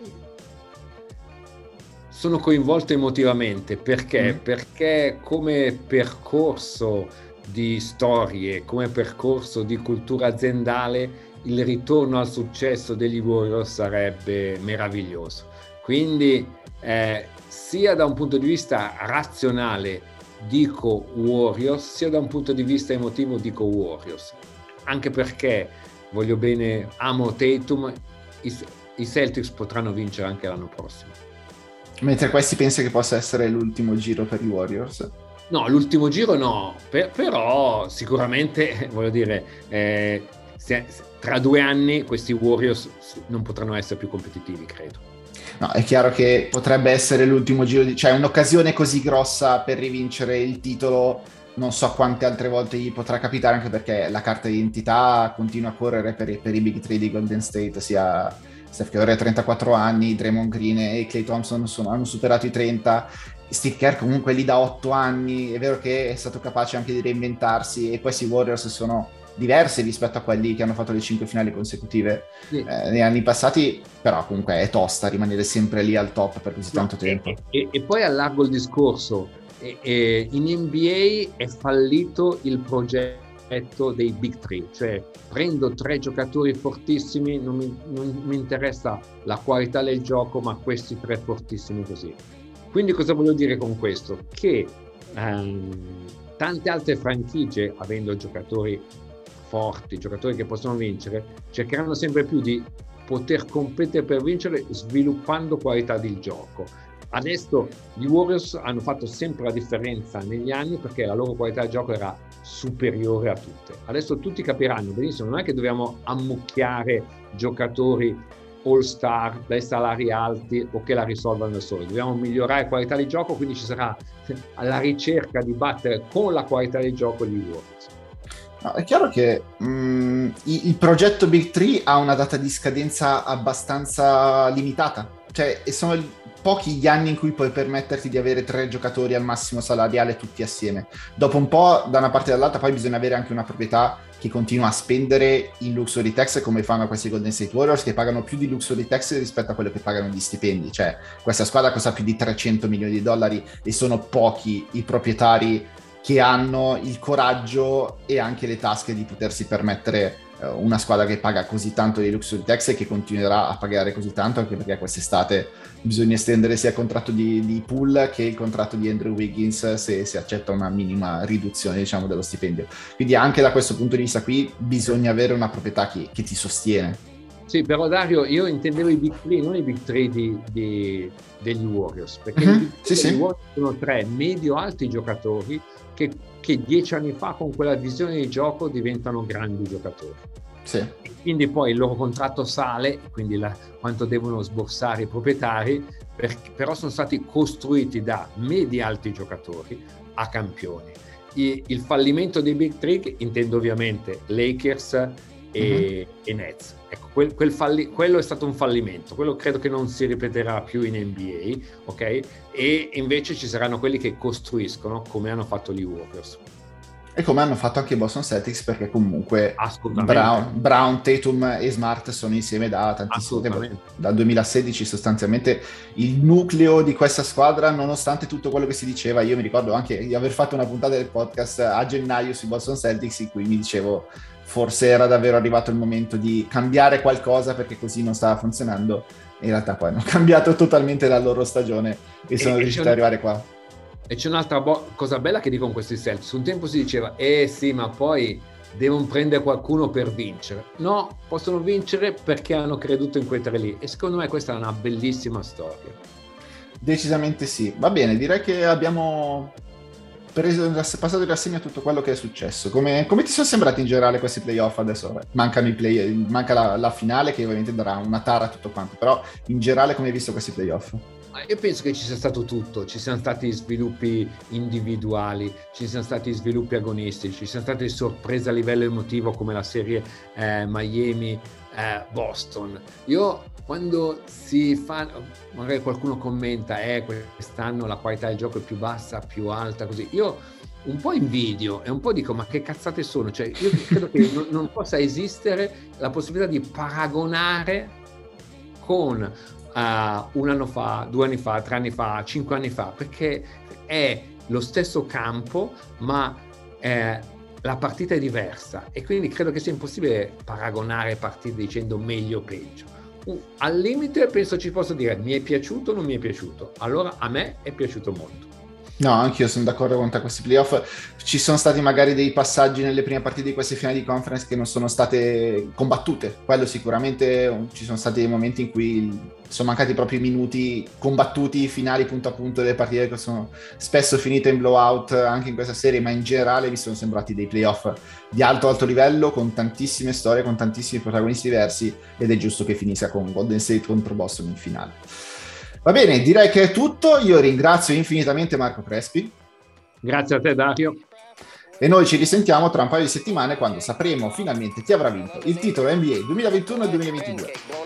Speaker 4: sono coinvolto emotivamente perché? Mm. Perché come percorso di storie, come percorso di cultura aziendale, il ritorno al successo degli Warriors sarebbe meraviglioso. Quindi eh, sia da un punto di vista razionale dico Warriors, sia da un punto di vista emotivo dico Warriors, anche perché voglio bene, amo Tatum, i, i Celtics potranno vincere anche l'anno prossimo.
Speaker 3: Mentre questi pensi che possa essere l'ultimo giro per i Warriors?
Speaker 4: No, l'ultimo giro no, per, però sicuramente, voglio dire, eh, se, tra due anni questi Warriors non potranno essere più competitivi, credo.
Speaker 3: No, è chiaro che potrebbe essere l'ultimo giro, di, cioè un'occasione così grossa per rivincere il titolo, non so quante altre volte gli potrà capitare, anche perché la carta di identità continua a correre per, per i Big Three di Golden State, sia Steph Curry ha trentaquattro anni, Draymond Green e Klay Thompson sono, hanno superato i trenta, Steve Kerr comunque lì da otto anni, è vero che è stato capace anche di reinventarsi, e questi Warriors sono diversi rispetto a quelli che hanno fatto le cinque finali consecutive sì. eh, negli anni passati, però comunque è tosta rimanere sempre lì al top per così no, tanto tempo.
Speaker 4: E, e, e poi allargo il discorso, e, e in N B A è fallito il progetto dei Big Three, cioè prendo tre giocatori fortissimi, non mi, non mi interessa la qualità del gioco, ma questi tre fortissimi così. Quindi cosa voglio dire con questo? Che ehm, tante altre franchigie, avendo giocatori forti, giocatori che possono vincere, cercheranno sempre più di poter competere per vincere sviluppando qualità di gioco. Adesso gli Warriors hanno fatto sempre la differenza negli anni perché la loro qualità di gioco era superiore a tutte. Adesso tutti capiranno benissimo, non è che dobbiamo ammucchiare giocatori all-star dai salari alti o che la risolvano da soli. Dobbiamo migliorare la qualità di gioco, quindi ci sarà la ricerca di battere con la qualità di gioco gli Warriors.
Speaker 3: No, è chiaro che mh, il progetto Big Three ha una data di scadenza abbastanza limitata, cioè e sono pochi gli anni in cui puoi permetterti di avere tre giocatori al massimo salariale tutti assieme. Dopo un po', da una parte e dall'altra, poi bisogna avere anche una proprietà che continua a spendere in luxury tax, come fanno questi Golden State Warriors, che pagano più di luxury tax rispetto a quello che pagano gli stipendi. Cioè, questa squadra costa più di trecento milioni di dollari e sono pochi i proprietari che hanno il coraggio e anche le tasche di potersi permettere uh, una squadra che paga così tanto di luxury tax e che continuerà a pagare così tanto, anche perché quest'estate bisogna estendere sia il contratto di, di Poole che il contratto di Andrew Wiggins se si accetta una minima riduzione, diciamo, dello stipendio. Quindi anche da questo punto di vista qui bisogna avere una proprietà che, che ti sostiene.
Speaker 4: Sì, però Dario, io intendevo i Big Three, non i Big Three di, di, degli Warriors, perché
Speaker 3: mm-hmm.
Speaker 4: i Big Three
Speaker 3: sì,
Speaker 4: degli
Speaker 3: sì.
Speaker 4: Warriors sono tre medio-alti giocatori che, che dieci anni fa con quella visione di gioco diventano grandi giocatori.
Speaker 3: Sì.
Speaker 4: E quindi poi il loro contratto sale, quindi la, quanto devono sborsare i proprietari, per, però sono stati costruiti da medi-alti giocatori a campioni. I, il fallimento dei Big Three, intendo ovviamente Lakers e, mm-hmm. e Nets. Ecco, quel, quel falli, quello è stato un fallimento, quello credo che non si ripeterà più in N B A, ok? E invece ci saranno quelli che costruiscono come hanno fatto gli Warriors.
Speaker 3: E come hanno fatto anche i Boston Celtics, perché comunque Brown, Brown, Tatum e Smart sono insieme da tantissimo tempo, dal duemilasedici sostanzialmente il nucleo di questa squadra, nonostante tutto quello che si diceva. Io mi ricordo anche di aver fatto una puntata del podcast a gennaio sui Boston Celtics in cui mi dicevo forse era davvero arrivato il momento di cambiare qualcosa perché così non stava funzionando. In realtà poi hanno cambiato totalmente la loro stagione e, e sono riusciti ad arrivare qua.
Speaker 4: E c'è un'altra bo- cosa bella che dicono questi Celtics. Un tempo si diceva, eh sì, ma poi devono prendere qualcuno per vincere. No, possono vincere perché hanno creduto in quei tre lì. E secondo me questa è una bellissima storia.
Speaker 3: Decisamente sì. Va bene, direi che abbiamo preso, passato in rassegna tutto quello che è successo. Come, come ti sono sembrati in generale questi playoff adesso? Mancano i play, manca la, la finale che ovviamente darà una tara a tutto quanto, però in generale come hai visto questi playoff?
Speaker 4: Io penso che ci sia stato tutto, ci siano stati sviluppi individuali, ci siano stati sviluppi agonistici, ci siano state sorprese a livello emotivo come la serie eh, Miami-Boston. Eh, Io quando si fa, magari qualcuno commenta, eh, quest'anno la qualità del gioco è più bassa, più alta, così. Io un po' invidio e un po' dico, ma che cazzate sono? Cioè, io credo che non, non possa esistere la possibilità di paragonare con Uh, un anno fa, due anni fa, tre anni fa, cinque anni fa, perché è lo stesso campo, ma eh, la partita è diversa e quindi credo che sia impossibile paragonare partite dicendo meglio o peggio. Uh, al limite penso ci posso dire mi è piaciuto o non mi è piaciuto. Allora a me è piaciuto molto.
Speaker 3: No, anch'io sono d'accordo con te. Questi playoff ci sono stati magari dei passaggi nelle prime partite di queste finali di conference che non sono state combattute. Quello sicuramente, ci sono stati dei momenti in cui sono mancati proprio i minuti combattuti, finali punto a punto delle partite che sono spesso finite in blowout anche in questa serie, ma in generale mi sono sembrati dei playoff di alto alto livello, con tantissime storie, con tantissimi protagonisti diversi, ed è giusto che finisca con Golden State contro Boston in finale. Va bene, direi che è tutto. Io ringrazio infinitamente Marco Crespi.
Speaker 4: Grazie a te, Dario.
Speaker 3: E noi ci risentiamo tra un paio di settimane quando sapremo finalmente chi avrà vinto il titolo N B A duemilaventuno e duemilaventidue.